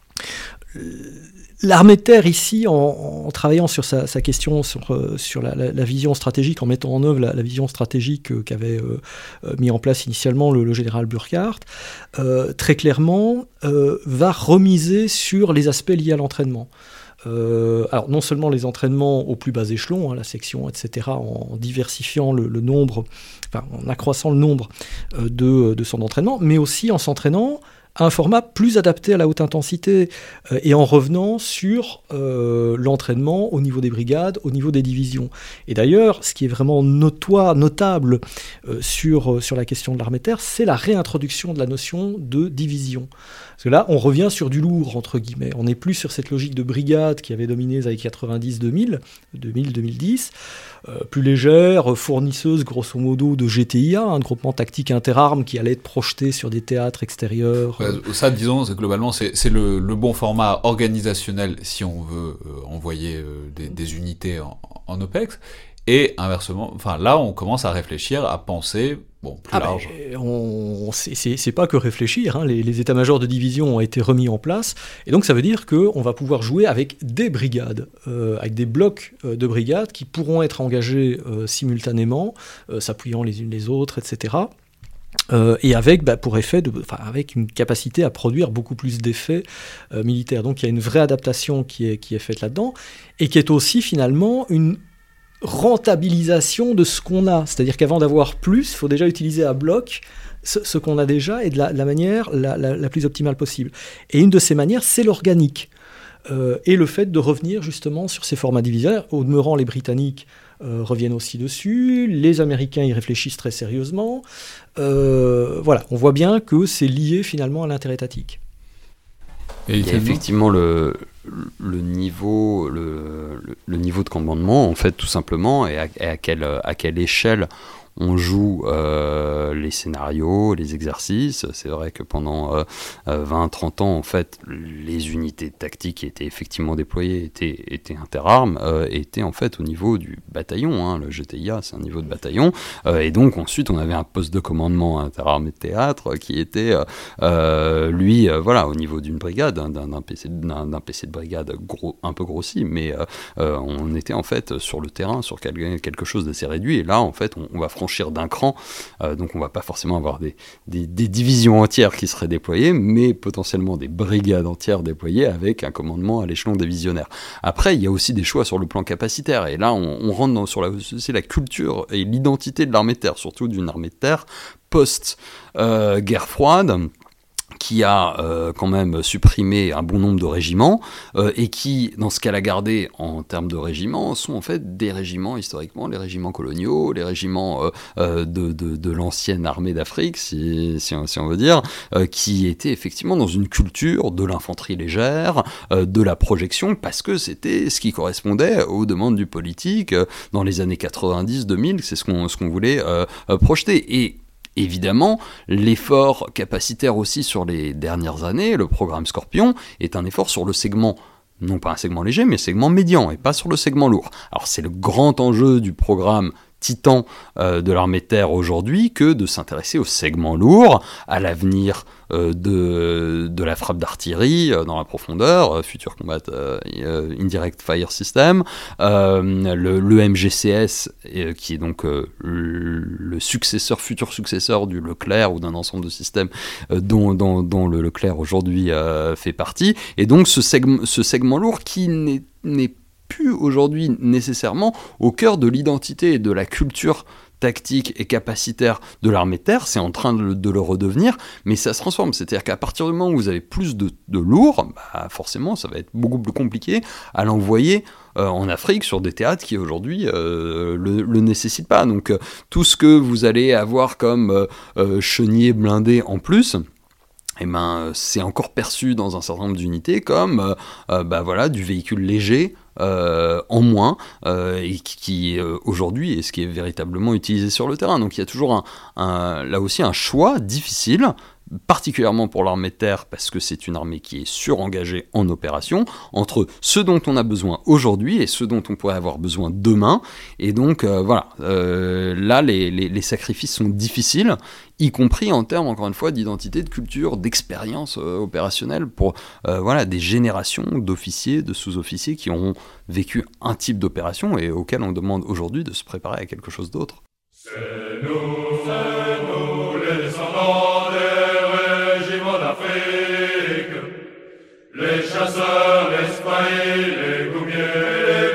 l'armée de terre, ici, en travaillant sur sa question, sur la vision stratégique, en mettant en œuvre la vision stratégique qu'avait mis en place initialement le général Burkhardt, très clairement, va remiser sur les aspects liés à l'entraînement. Alors non seulement les entraînements au plus bas échelon, la section, etc., en diversifiant le nombre, enfin en accroissant le nombre de son entraînement, mais aussi en s'entraînant à un format plus adapté à la haute intensité et en revenant sur l'entraînement au niveau des brigades, au niveau des divisions. Et d'ailleurs, ce qui est vraiment notable sur la question de l'armée de terre, c'est la réintroduction de la notion de division. Parce que là, on revient sur du lourd, entre guillemets. On n'est plus sur cette logique de brigade qui avait dominé les années 90-2010, plus légère, fournisseuse, grosso modo, de GTIA, un groupement tactique interarmes qui allait être projeté sur des théâtres extérieurs. Ça, disons, globalement, c'est le bon format organisationnel si on veut envoyer des unités en OPEX. Et inversement, enfin là, on commence à réfléchir, à penser, plus large. C'est pas que réfléchir, hein. Les états-majors de division ont été remis en place, et donc ça veut dire qu'on va pouvoir jouer avec des brigades, avec des blocs de brigades qui pourront être engagés simultanément, s'appuyant les unes les autres, etc. Et avec, pour effet, avec une capacité à produire beaucoup plus d'effets militaires. Donc il y a une vraie adaptation qui est faite là-dedans, et qui est aussi finalement une rentabilisation de ce qu'on a. C'est-à-dire qu'avant d'avoir plus, il faut déjà utiliser à bloc ce qu'on a déjà, et de la manière la plus optimale possible. Et une de ces manières, c'est l'organique. Et le fait de revenir justement sur ces formats divisaires. Au demeurant, les Britanniques reviennent aussi dessus, les Américains y réfléchissent très sérieusement. Voilà, on voit bien que c'est lié finalement à l'intérêt étatique. Et il y a effectivement le niveau de commandement, en fait, tout simplement, et à quelle échelle on joue les scénarios, les exercices. C'est vrai que pendant 20-30 ans, en fait, les unités tactiques qui étaient effectivement déployées étaient interarmes, étaient en fait au niveau du bataillon, hein. Le GTIA, c'est un niveau de bataillon, et donc ensuite on avait un poste de commandement interarmes et de théâtre qui était lui au niveau d'une brigade, d'un PC de brigade un peu grossi, mais on était en fait sur le terrain, sur quelque chose d'assez réduit, et là en fait on va franchir d'un cran, donc on va pas forcément avoir des divisions entières qui seraient déployées, mais potentiellement des brigades entières déployées avec un commandement à l'échelon divisionnaire. Après, il y a aussi des choix sur le plan capacitaire, et là on rentre sur la culture et l'identité de l'armée de terre, surtout d'une armée de terre post-guerre froide, qui a quand même supprimé un bon nombre de régiments, et qui, dans ce qu'elle a gardé en termes de régiments, sont en fait des régiments, historiquement, les régiments coloniaux, les régiments de l'ancienne armée d'Afrique, si on veut dire, qui étaient effectivement dans une culture de l'infanterie légère, de la projection, parce que c'était ce qui correspondait aux demandes du politique dans les années 90-2000, c'est ce qu'on voulait projeter. Et évidemment, l'effort capacitaire aussi sur les dernières années, le programme Scorpion, est un effort sur le segment, non pas un segment léger, mais segment médian, et pas sur le segment lourd. Alors c'est le grand enjeu du programme Titan de l'armée de terre aujourd'hui, que de s'intéresser au segment lourd, à l'avenir de la frappe d'artillerie dans la profondeur, Future Combat Indirect Fire System, le MGCS, qui est donc le futur successeur du Leclerc ou d'un ensemble de systèmes dont le Leclerc aujourd'hui fait partie, et donc ce segment lourd qui n'est plus aujourd'hui nécessairement au cœur de l'identité et de la culture tactique et capacitaire de l'armée de terre, c'est en train de le redevenir, mais ça se transforme, c'est-à-dire qu'à partir du moment où vous avez plus de lourd, forcément ça va être beaucoup plus compliqué à l'envoyer en Afrique sur des théâtres qui aujourd'hui le nécessitent pas. Donc tout ce que vous allez avoir comme chenilles blindées en plus, c'est encore perçu dans un certain nombre d'unités comme du véhicule léger en moins, et qui aujourd'hui est ce qui est véritablement utilisé sur le terrain. Donc il y a toujours là aussi un choix difficile, particulièrement pour l'armée de terre, parce que c'est une armée qui est surengagée en opération, entre ce dont on a besoin aujourd'hui et ce dont on pourrait avoir besoin demain. Et donc là les sacrifices sont difficiles, y compris en termes, encore une fois, d'identité, de culture, d'expérience opérationnelle pour des générations d'officiers, de sous-officiers qui ont vécu un type d'opération et auxquels on demande aujourd'hui de se préparer à quelque chose d'autre. C'est nous les descendants des régiments d'Afrique, les chasseurs, les spahis, les goumiers,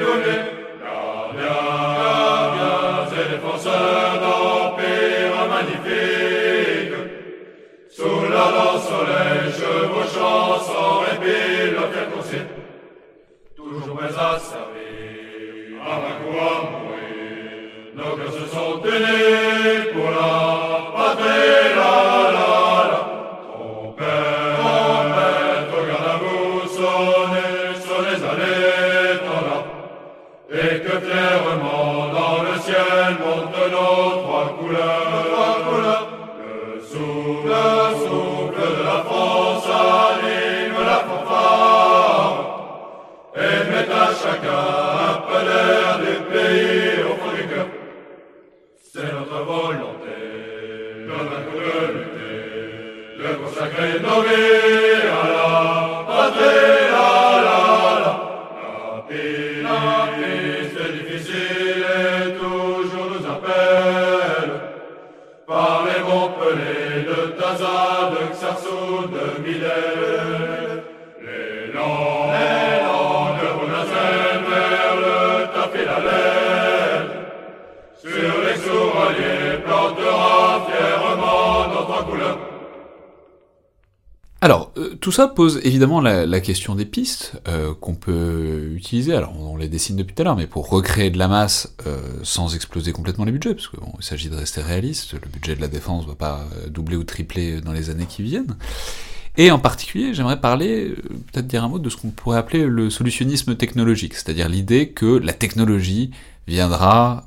gardiens et défenseurs d'empires magnifiques, sous l'ardent soleil chevauchant sans répit leur fier coursier, toujours prêts à servir, à vainquer ou à mourir. Nos cœurs se sont unis pour la patrie, la. Trompette, regarde à vous sonnez à l'étendard, et que fièrement dans le ciel montent nos trois couleurs. Le souffle de la France anime la fanfare, et met à chacun un peu d'air du pays au fond du cœur. C'est notre volonté de vaincre, de lutter, de consacrer nos vies à la patrie, La piste difficile et toujours nous appelle, par les bons pelés de Taza, de Xarsou, de Midel, l'élan de Bonazel vers le tapis la laine, sur les souraliers plantera fièrement notre couleur. Alors, tout ça pose évidemment la question des pistes qu'on peut utiliser. Alors, on les dessine depuis tout à l'heure, mais pour recréer de la masse sans exploser complètement les budgets, parce qu'il s'agit de rester réaliste, le budget de la défense ne va pas doubler ou tripler dans les années qui viennent. Et en particulier, j'aimerais peut-être dire un mot de ce qu'on pourrait appeler le solutionnisme technologique, c'est-à-dire l'idée que la technologie viendra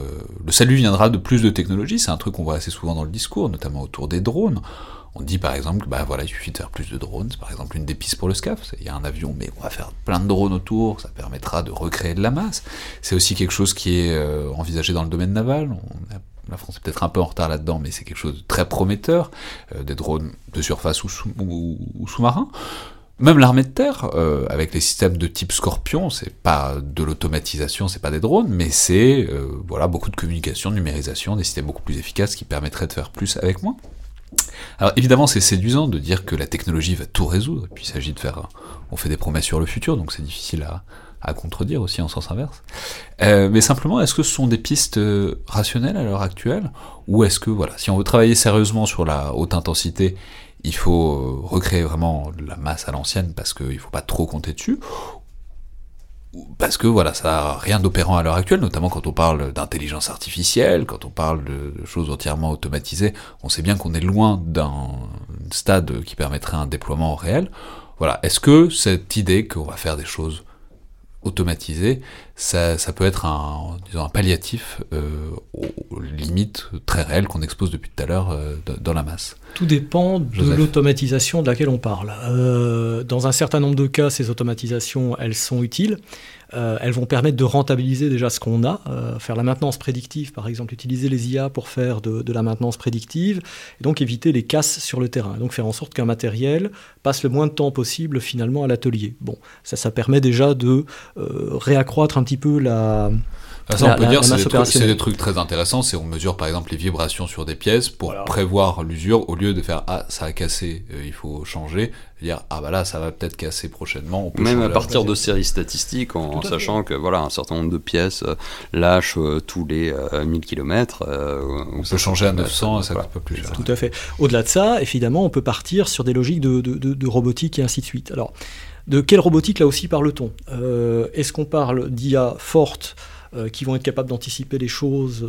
de plus de technologies. C'est un truc qu'on voit assez souvent dans le discours, notamment autour des drones. On dit par exemple, il suffit de faire plus de drones, c'est par exemple une des pistes pour le SCAF, il y a un avion, mais on va faire plein de drones autour, ça permettra de recréer de la masse. C'est aussi quelque chose qui est envisagé dans le domaine naval, la France est peut-être un peu en retard là-dedans, mais c'est quelque chose de très prometteur, des drones de surface ou sous-marins. Même l'armée de terre, avec les systèmes de type Scorpion, c'est pas de l'automatisation, c'est pas des drones, mais c'est beaucoup de communication, de numérisation, des systèmes beaucoup plus efficaces qui permettraient de faire plus avec moins. Alors évidemment c'est séduisant de dire que la technologie va tout résoudre, et puis il s'agit on fait des promesses sur le futur, donc c'est difficile à contredire aussi en sens inverse. Mais simplement, est-ce que ce sont des pistes rationnelles à l'heure actuelle, ou est-ce que si on veut travailler sérieusement sur la haute intensité, il faut recréer vraiment la masse à l'ancienne parce qu'il ne faut pas trop compter dessus, parce que ça n'a rien d'opérant à l'heure actuelle, notamment quand on parle d'intelligence artificielle, quand on parle de choses entièrement automatisées, on sait bien qu'on est loin d'un stade qui permettrait un déploiement réel. Est-ce que cette idée qu'on va faire des choses automatisées, ça peut être un palliatif aux limites très réelles qu'on expose depuis tout à l'heure dans la masse? Tout dépend de l'automatisation de laquelle on parle. Dans un certain nombre de cas, ces automatisations, elles sont utiles. Elles vont permettre de rentabiliser déjà ce qu'on a, faire la maintenance prédictive, par exemple, utiliser les IA pour faire de la maintenance prédictive, et donc éviter les casses sur le terrain, donc faire en sorte qu'un matériel passe le moins de temps possible finalement à l'atelier. Bon, ça permet déjà de réaccroître un petit peu la... Ça, on peut dire c'est des trucs très intéressants, c'est on mesure par exemple les vibrations sur des pièces pour prévoir l'usure, au lieu de faire ça a cassé, il faut changer, dire là ça va peut-être casser prochainement. On peut même à partir de séries statistiques, en sachant que un certain nombre de pièces lâchent tous les 1000 km. On peut changer à 900 et ça coûte pas plus cher. Tout à fait. Au-delà de ça, évidemment, on peut partir sur des logiques de robotique et ainsi de suite. Alors, de quelle robotique là aussi parle-t-on ? Est-ce qu'on parle d'IA forte qui vont être capables d'anticiper les choses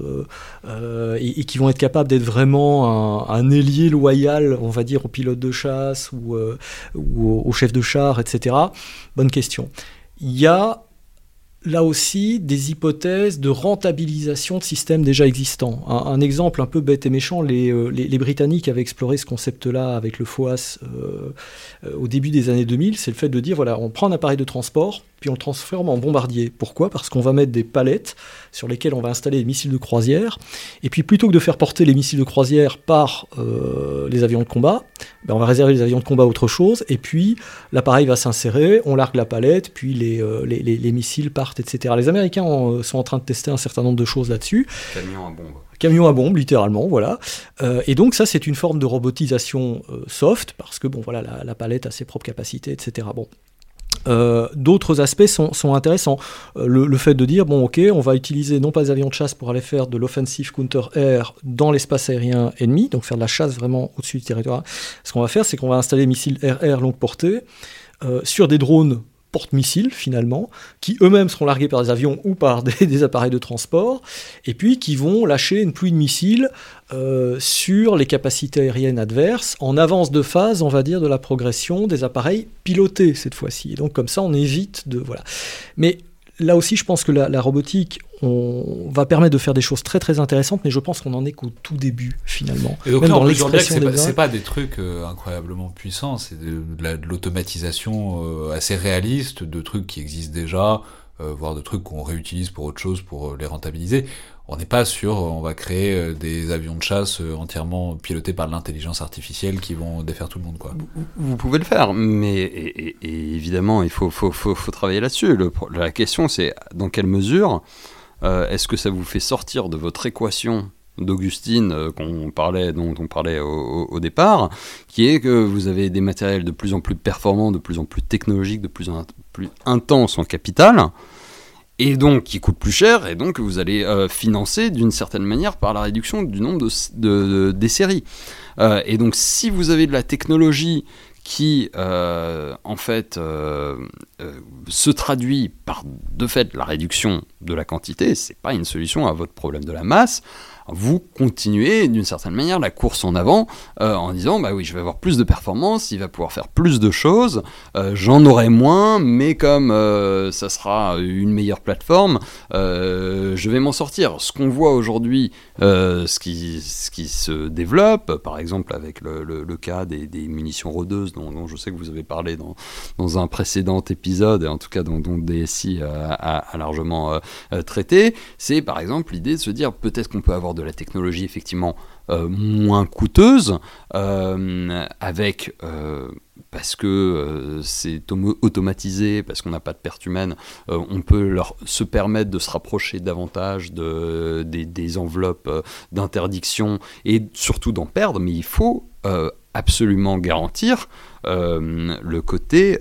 et qui vont être capables d'être vraiment un ailier loyal, on va dire, aux pilotes de chasse ou aux chefs de char, etc. Bonne question. Il y a là aussi des hypothèses de rentabilisation de systèmes déjà existants. Un exemple un peu bête et méchant, les Britanniques avaient exploré ce concept-là avec le FOAS au début des années 2000, c'est le fait de dire, on prend un appareil de transport, puis on le transforme en bombardier. Pourquoi ? Parce qu'on va mettre des palettes sur lesquelles on va installer des missiles de croisière, et puis plutôt que de faire porter les missiles de croisière par les avions de combat, on va réserver les avions de combat à autre chose, et puis l'appareil va s'insérer, on largue la palette, puis les missiles partent, etc. Les Américains sont en train de tester un certain nombre de choses là-dessus. Camion à bombe, littéralement, voilà. Et donc ça, c'est une forme de robotisation soft, parce que la palette a ses propres capacités, etc. D'autres aspects sont intéressants. Le fait de dire, on va utiliser non pas des avions de chasse pour aller faire de l'offensive counter-air dans l'espace aérien ennemi, donc faire de la chasse vraiment au-dessus du territoire. Ce qu'on va faire, c'est qu'on va installer des missiles air-air longue portée sur des drones porte-missiles finalement, qui eux-mêmes seront largués par des avions ou par des appareils de transport, et puis qui vont lâcher une pluie de missiles sur les capacités aériennes adverses, en avance de phase, on va dire, de la progression des appareils pilotés cette fois-ci. Et donc comme ça, on évite de... Mais là aussi, je pense que la robotique, on va permettre de faire des choses très très intéressantes, mais je pense qu'on en est qu'au tout début finalement. Et donc même là, dans l'expression c'est pas des trucs incroyablement puissants, c'est de l'automatisation assez réaliste, de trucs qui existent déjà, voire de trucs qu'on réutilise pour autre chose, pour les rentabiliser. On n'est pas sûr, on va créer des avions de chasse entièrement pilotés par l'intelligence artificielle qui vont défaire tout le monde, quoi. Vous pouvez le faire, mais et évidemment, il faut travailler là-dessus. La question, c'est dans quelle mesure est-ce que ça vous fait sortir de votre équation d'Augustine dont on parlait au départ, qui est que vous avez des matériels de plus en plus performants, de plus en plus technologiques, de plus en plus intenses en capital, et donc qui coûtent plus cher, et donc vous allez financer d'une certaine manière par la réduction du nombre des séries. Et donc si vous avez de la technologie qui se traduit par de fait la réduction de la quantité, c'est pas une solution à votre problème de la masse. vous continuez d'une certaine manière la course en avant en disant bah oui, je vais avoir plus de performance, il va pouvoir faire plus de choses, j'en aurai moins, mais comme ça sera une meilleure plateforme, je vais m'en sortir. Ce qu'on voit aujourd'hui, ce qui se développe, par exemple avec le cas des munitions rôdeuses dont je sais que vous avez parlé dans un précédent épisode, et en tout cas dont DSI a largement traité, c'est par exemple l'idée de se dire peut-être qu'on peut avoir de la technologie effectivement moins coûteuse, avec parce que c'est automatisé, parce qu'on n'a pas de perte humaine, on peut se permettre de se rapprocher davantage des enveloppes d'interdiction et surtout d'en perdre, mais il faut absolument garantir le côté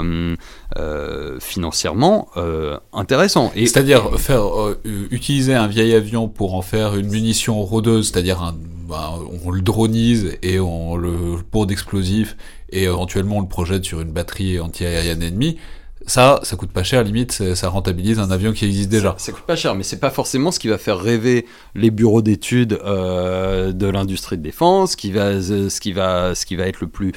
financièrement intéressant. C'est-à-dire utiliser un vieil avion pour en faire une munition rôdeuse, c'est-à-dire on le dronise et on le bourre d'explosifs et éventuellement on le projette sur une batterie anti-aérienne ennemie. Ça coûte pas cher, limite, ça rentabilise un avion qui existe déjà. Ça coûte pas cher, mais c'est pas forcément ce qui va faire rêver les bureaux d'études de l'industrie de défense, ce qui va être le plus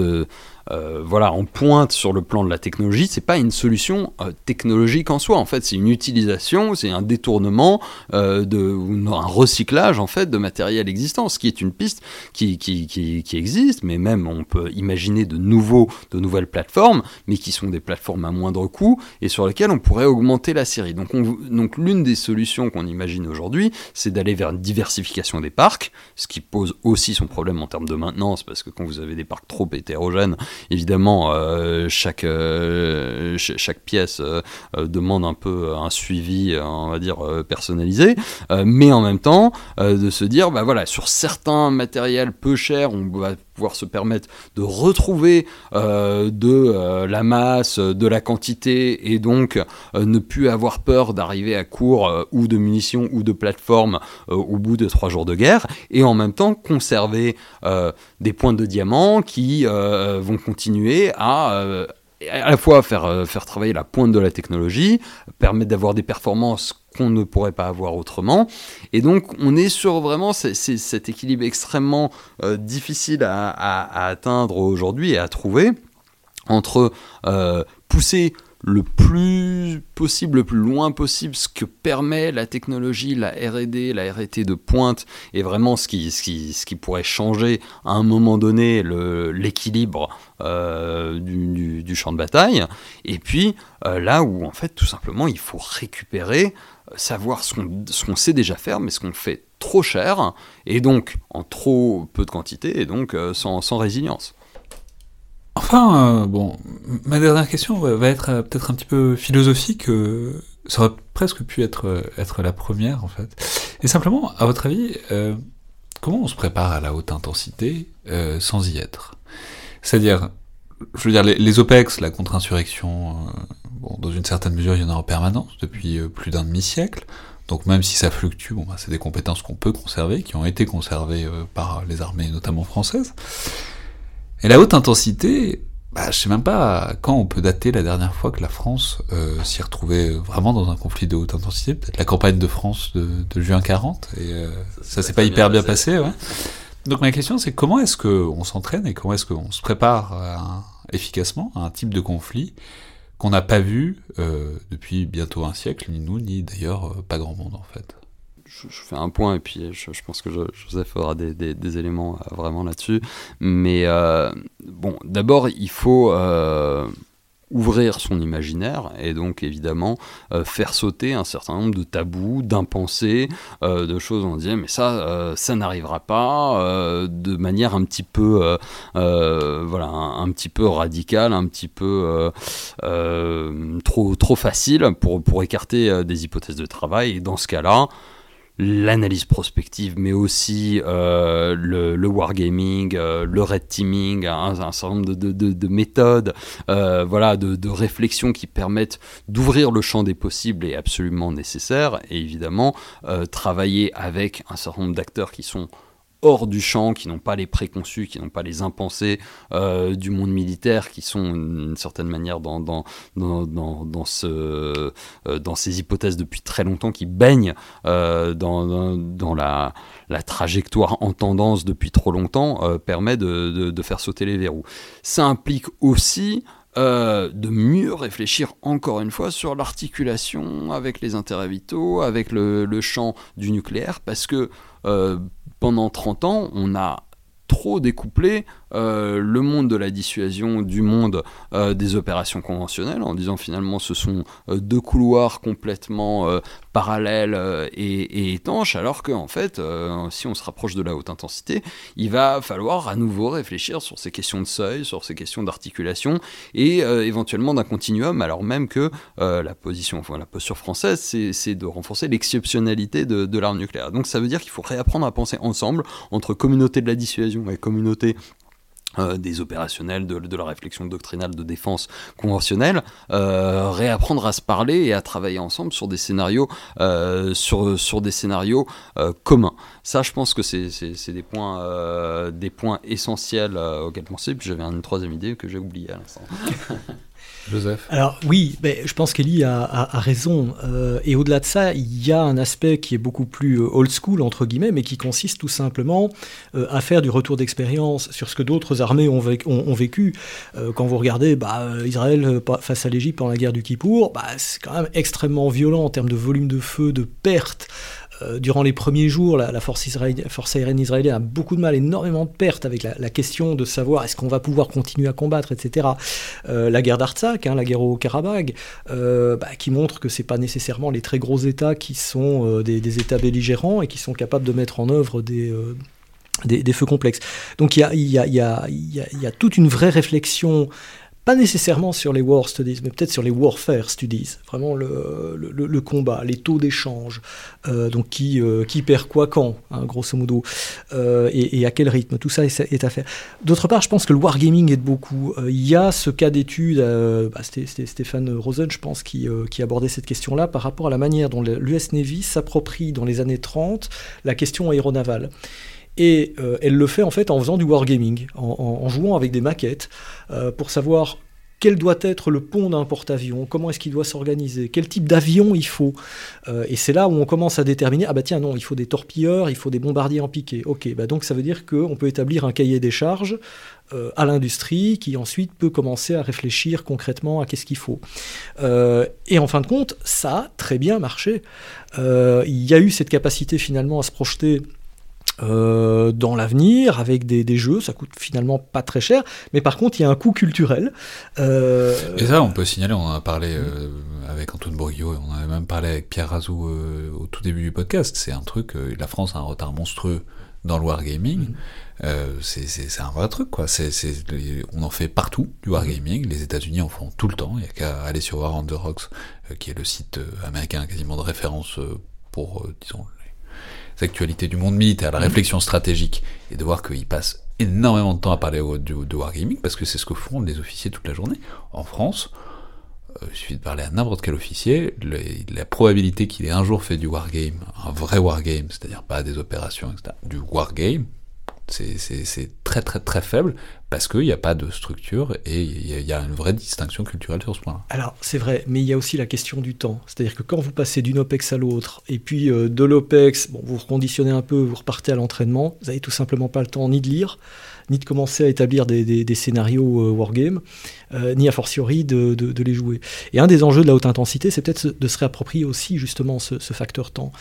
en pointe sur le plan de la technologie. C'est pas une solution technologique en soi. En fait, c'est une utilisation, c'est un détournement ou un recyclage en fait de matériel existant, ce qui est une piste qui existe. Mais même on peut imaginer de nouvelles plateformes, mais qui sont des plateformes à moindre coût et sur lesquelles on pourrait augmenter la série. Donc l'une des solutions qu'on imagine aujourd'hui, c'est d'aller vers une diversification des parcs, ce qui pose aussi son problème en termes de maintenance, parce que quand vous avez des parcs trop hétérogènes, évidemment, chaque pièce demande un peu un suivi, on va dire, personnalisé, mais en même temps, de se dire, sur certains matériels peu chers, on va pouvoir se permettre de retrouver de la masse, de la quantité, et donc ne plus avoir peur d'arriver à court ou de munitions ou de plateformes au bout de 3 jours de guerre, et en même temps conserver des points de diamant qui vont continuer à la fois faire travailler la pointe de la technologie, permettre d'avoir des performances qu'on ne pourrait pas avoir autrement. Et donc, on est sur vraiment cet équilibre extrêmement difficile à atteindre aujourd'hui et à trouver entre pousser le plus possible, le plus loin possible, ce que permet la technologie, la R&D, la R&T de pointe, et vraiment ce qui pourrait changer à un moment donné l'équilibre du champ de bataille. Et puis là où en fait tout simplement il faut récupérer, savoir ce qu'on sait déjà faire, mais ce qu'on fait trop cher, et donc en trop peu de quantité, et donc sans résilience. Enfin, ma dernière question va être peut-être un petit peu philosophique, ça aurait presque pu être la première en fait. Et simplement, à votre avis, comment on se prépare à la haute intensité sans y être ? C'est-à-dire, je veux dire, les OPEX, la contre-insurrection, dans une certaine mesure, il y en a en permanence depuis plus d'un demi-siècle. Donc même si ça fluctue, c'est des compétences qu'on peut conserver, qui ont été conservées par les armées, notamment françaises. Et la haute intensité, je sais même pas quand on peut dater la dernière fois que la France s'y retrouvait vraiment dans un conflit de haute intensité. Peut-être la campagne de France de juin 40, et ça s'est pas hyper bien passé. Ouais. Donc ma question, c'est comment est-ce qu'on s'entraîne et comment est-ce qu'on se prépare efficacement à un type de conflit qu'on n'a pas vu depuis bientôt un siècle, ni nous, ni d'ailleurs pas grand monde en fait. Je fais un point, et puis je pense que Joseph aura des éléments vraiment là-dessus. Mais d'abord, il faut ouvrir son imaginaire, et donc évidemment faire sauter un certain nombre de tabous, d'impensés, de choses où on disait mais ça n'arrivera pas, de manière un petit peu un petit peu radicale, un petit peu trop facile pour écarter des hypothèses de travail. Et dans ce cas-là, l'analyse prospective, mais aussi le wargaming, le red teaming, un certain nombre de méthodes, de réflexion qui permettent d'ouvrir le champ des possibles est absolument nécessaire. Et évidemment, travailler avec un certain nombre d'acteurs qui sont hors du champ, qui n'ont pas les préconçus, qui n'ont pas les impensés du monde militaire, qui sont d'une certaine manière dans ces hypothèses depuis très longtemps, qui baignent dans la trajectoire en tendance depuis trop longtemps, permet de faire sauter les verrous. Ça implique aussi de mieux réfléchir encore une fois sur l'articulation avec les intérêts vitaux, avec le champ du nucléaire, parce que pendant 30 ans, on a trop découplé le monde de la dissuasion du monde des opérations conventionnelles, en disant finalement ce sont deux couloirs complètement parallèles et étanches, alors qu'en fait, si on se rapproche de la haute intensité, il va falloir à nouveau réfléchir sur ces questions de seuil, sur ces questions d'articulation et éventuellement d'un continuum, alors même que la posture française, c'est de renforcer l'exceptionnalité de l'arme nucléaire. Donc ça veut dire qu'il faut réapprendre à penser ensemble entre communauté de la dissuasion et communauté des opérationnels, de la réflexion doctrinale de défense conventionnelle, réapprendre à se parler et à travailler ensemble sur des scénarios, sur des scénarios communs. Ça, je pense que c'est des points essentiels auxquels penser. Puis j'avais une troisième idée que j'ai oubliée à l'instant. Joseph. Alors oui, je pense qu'Elie a raison. Et au-delà de ça, il y a un aspect qui est beaucoup plus old school, entre guillemets, mais qui consiste tout simplement à faire du retour d'expérience sur ce que d'autres armées ont vécu. Quand vous regardez Israël face à l'Égypte pendant la guerre du Kippour, c'est quand même extrêmement violent en termes de volume de feu, de pertes. Durant les premiers jours, la force aérienne israélienne a beaucoup de mal, énormément de pertes avec la question de savoir est-ce qu'on va pouvoir continuer à combattre, etc. La guerre d'Artsakh, la guerre au Karabagh, qui montre que c'est pas nécessairement les très gros États qui sont des États belligérants et qui sont capables de mettre en œuvre des feux complexes. Donc il y a toute une vraie réflexion, pas nécessairement sur les war studies, mais peut-être sur les warfare studies, vraiment le combat, les taux d'échange, donc qui perd quoi quand, grosso modo, et à quel rythme, tout ça est à faire. D'autre part, je pense que le wargaming aide beaucoup. Il y a ce cas d'étude, c'était Stéphane Rosen, je pense, qui abordait cette question-là par rapport à la manière dont l'US Navy s'approprie dans les années 30 la question aéronavale. Et elle le fait en fait en faisant du wargaming, en jouant avec des maquettes pour savoir quel doit être le pont d'un porte-avions, comment est-ce qu'il doit s'organiser, quel type d'avion il faut. Et c'est là où on commence à déterminer, il faut des torpilleurs, il faut des bombardiers en piqué. Donc ça veut dire qu'on peut établir un cahier des charges à l'industrie qui ensuite peut commencer à réfléchir concrètement à qu'est-ce qu'il faut. Et en fin de compte, ça a très bien marché. Il y a eu cette capacité finalement à se projeter dans l'avenir avec des jeux, ça coûte finalement pas très cher, mais par contre il y a un coût culturel. Et ça on peut signaler, on en a parlé avec Antoine Bourguillot, et on en avait même parlé avec Pierre Razou au tout début du podcast, c'est un truc, la France a un retard monstrueux dans le wargaming, c'est un vrai truc quoi, on en fait partout du wargaming, les États-Unis en font tout le temps, il n'y a qu'à aller sur War on the Rocks, qui est le site américain quasiment de référence pour, disons, actualité du monde militaire, la réflexion stratégique, et de voir qu'ils passent énormément de temps à parler de wargaming, parce que c'est ce que font les officiers toute la journée. En France, il suffit de parler à n'importe quel officier, la probabilité qu'il ait un jour fait du wargame, un vrai wargame, c'est-à-dire pas des opérations, etc., du wargame, c'est très très très faible, parce qu'il n'y a pas de structure et il y a une vraie distinction culturelle sur ce point-là. Alors c'est vrai, mais il y a aussi la question du temps, c'est-à-dire que quand vous passez d'une OPEX à l'autre, et puis de l'OPEX, vous reconditionnez un peu, vous repartez à l'entraînement, vous n'avez tout simplement pas le temps ni de lire, ni de commencer à établir des scénarios wargame, ni a fortiori de les jouer. Et un des enjeux de la haute intensité, c'est peut-être de se réapproprier aussi justement ce facteur temps.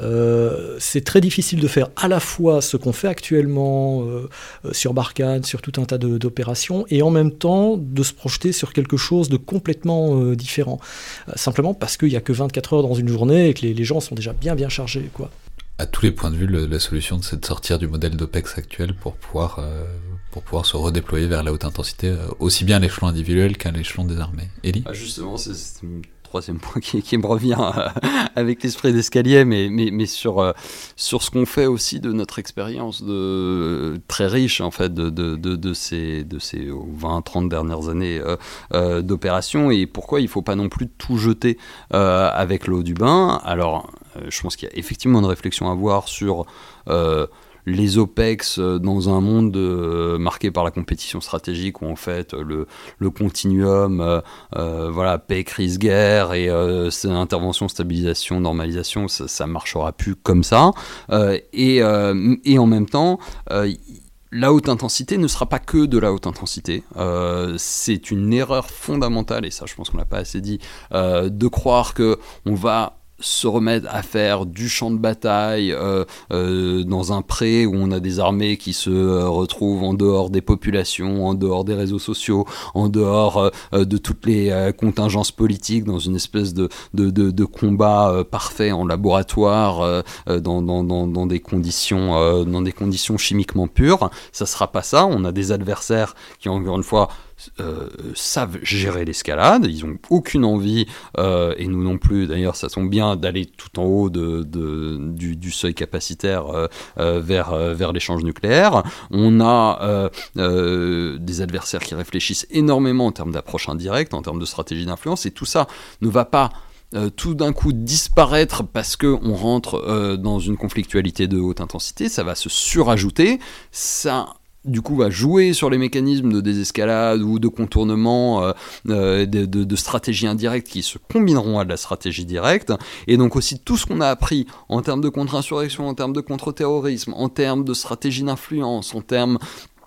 C'est très difficile de faire à la fois ce qu'on fait actuellement sur Barkhane, sur tout un tas d'opérations, et en même temps de se projeter sur quelque chose de complètement différent. Simplement parce qu'il n'y a que 24 heures dans une journée et que les gens sont déjà bien chargés, quoi. À tous les points de vue, la solution, c'est de sortir du modèle d'OPEX actuel pour pouvoir se redéployer vers la haute intensité, aussi bien à l'échelon individuel qu'à l'échelon des armées. Élie ? Justement, c'est le troisième point qui me revient avec l'esprit d'escalier, mais sur ce qu'on fait aussi de notre expérience très riche en fait de ces 20-30 dernières années d'opération, et pourquoi il ne faut pas non plus tout jeter avec l'eau du bain. Alors je pense qu'il y a effectivement une réflexion à avoir sur les OPEX dans un monde marqué par la compétition stratégique où en fait le continuum, paix, crise, guerre et intervention, stabilisation, normalisation, ça marchera plus comme ça. Et en même temps, la haute intensité ne sera pas que de la haute intensité. C'est une erreur fondamentale, et ça je pense qu'on l'a pas assez dit, de croire que on va se remettre à faire du champ de bataille dans un pré où on a des armées qui se retrouvent en dehors des populations, en dehors des réseaux sociaux, en dehors de toutes les contingences politiques, dans une espèce de combat parfait en laboratoire dans des conditions chimiquement pures. Ça sera pas ça. On a des adversaires qui, encore une fois, savent gérer l'escalade, ils n'ont aucune envie, et nous non plus d'ailleurs, ça tombe bien, d'aller tout en haut du seuil capacitaire vers l'échange nucléaire. On a des adversaires qui réfléchissent énormément en termes d'approche indirecte, en termes de stratégie d'influence, et tout ça ne va pas tout d'un coup disparaître parce qu'on rentre dans une conflictualité de haute intensité, ça va se surajouter, ça du coup va jouer sur les mécanismes de désescalade ou de contournement de stratégies indirectes qui se combineront à de la stratégie directe, et donc aussi tout ce qu'on a appris en termes de contre-insurrection, en termes de contre-terrorisme, en termes de stratégie d'influence, en termes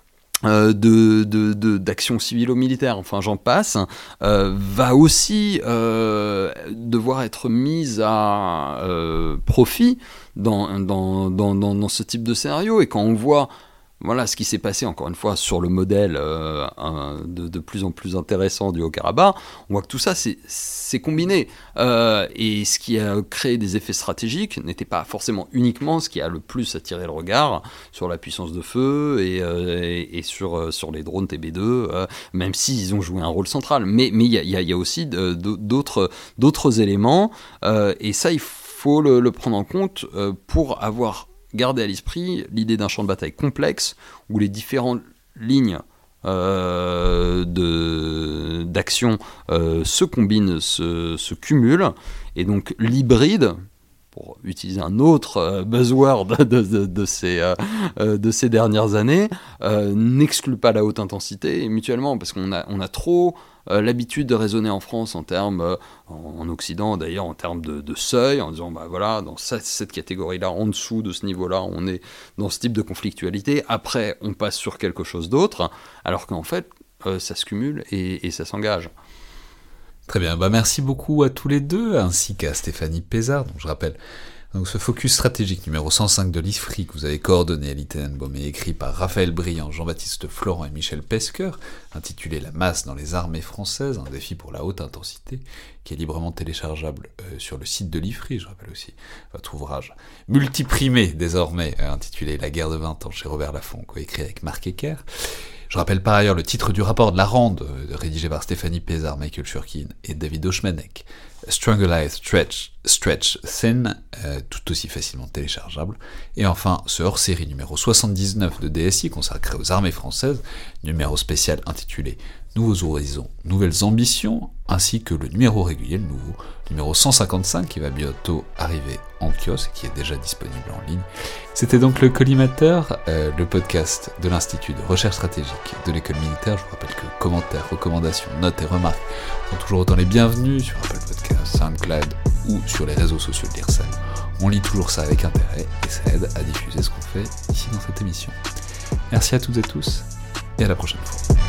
d'action civilo-militaire, enfin j'en passe, va aussi devoir être mise à profit dans ce type de scénario. Et quand on voit ce qui s'est passé, encore une fois, sur le modèle de plus en plus intéressant du Haut-Karabakh, on voit que tout ça, c'est combiné. Et ce qui a créé des effets stratégiques n'était pas forcément uniquement ce qui a le plus attiré le regard sur la puissance de feu et sur les drones TB2, même s'ils ont joué un rôle central. Mais il y a aussi d'autres éléments, et ça, il faut le prendre en compte pour avoir gardé à l'esprit l'idée d'un champ de bataille complexe où les différentes lignes d'action se combinent, se cumulent, et donc l'hybride, pour utiliser un autre buzzword de ces dernières années, n'exclut pas la haute intensité, et mutuellement, parce qu'on a trop l'habitude de raisonner en France en termes, en Occident d'ailleurs, en termes de seuil, en disant dans cette catégorie-là, en dessous de ce niveau-là, on est dans ce type de conflictualité, après on passe sur quelque chose d'autre, alors qu'en fait ça se cumule et ça s'engage. Très bien, merci beaucoup à tous les deux, ainsi qu'à Stéphanie Pézard, dont je rappelle donc ce focus stratégique numéro 105 de l'IFRI que vous avez coordonné à Tenenbaum et écrit par Raphaël Briand, Jean-Baptiste Florent et Michel Pesqueur, intitulé « La masse dans les armées françaises, un défi pour la haute intensité », qui est librement téléchargeable sur le site de l'IFRI, je rappelle aussi votre ouvrage multiprimé désormais, intitulé « La guerre de 20 ans » chez Robert Laffont, coécrit avec Marc Ecker. Je rappelle par ailleurs le titre du rapport de la Rande, rédigé par Stéphanie Pézard, Michael Shurkin et David Oshmanek, Stronger Light Stretch Thin, tout aussi facilement téléchargeable. Et enfin, ce hors-série numéro 79 de DSI consacré aux armées françaises, numéro spécial intitulé Nouveaux horizons, nouvelles ambitions, ainsi que le numéro régulier, le nouveau numéro 155 qui va bientôt arriver en kiosque et qui est déjà disponible en ligne. C'était donc le Collimateur, le podcast de l'Institut de recherche stratégique de l'école militaire. Je vous rappelle que commentaires, recommandations, notes et remarques sont toujours autant les bienvenus sur Apple Podcasts, SoundCloud ou sur les réseaux sociaux de l'IRSEM. On lit toujours ça avec intérêt et ça aide à diffuser ce qu'on fait ici dans cette émission. Merci à toutes et tous et à la prochaine fois.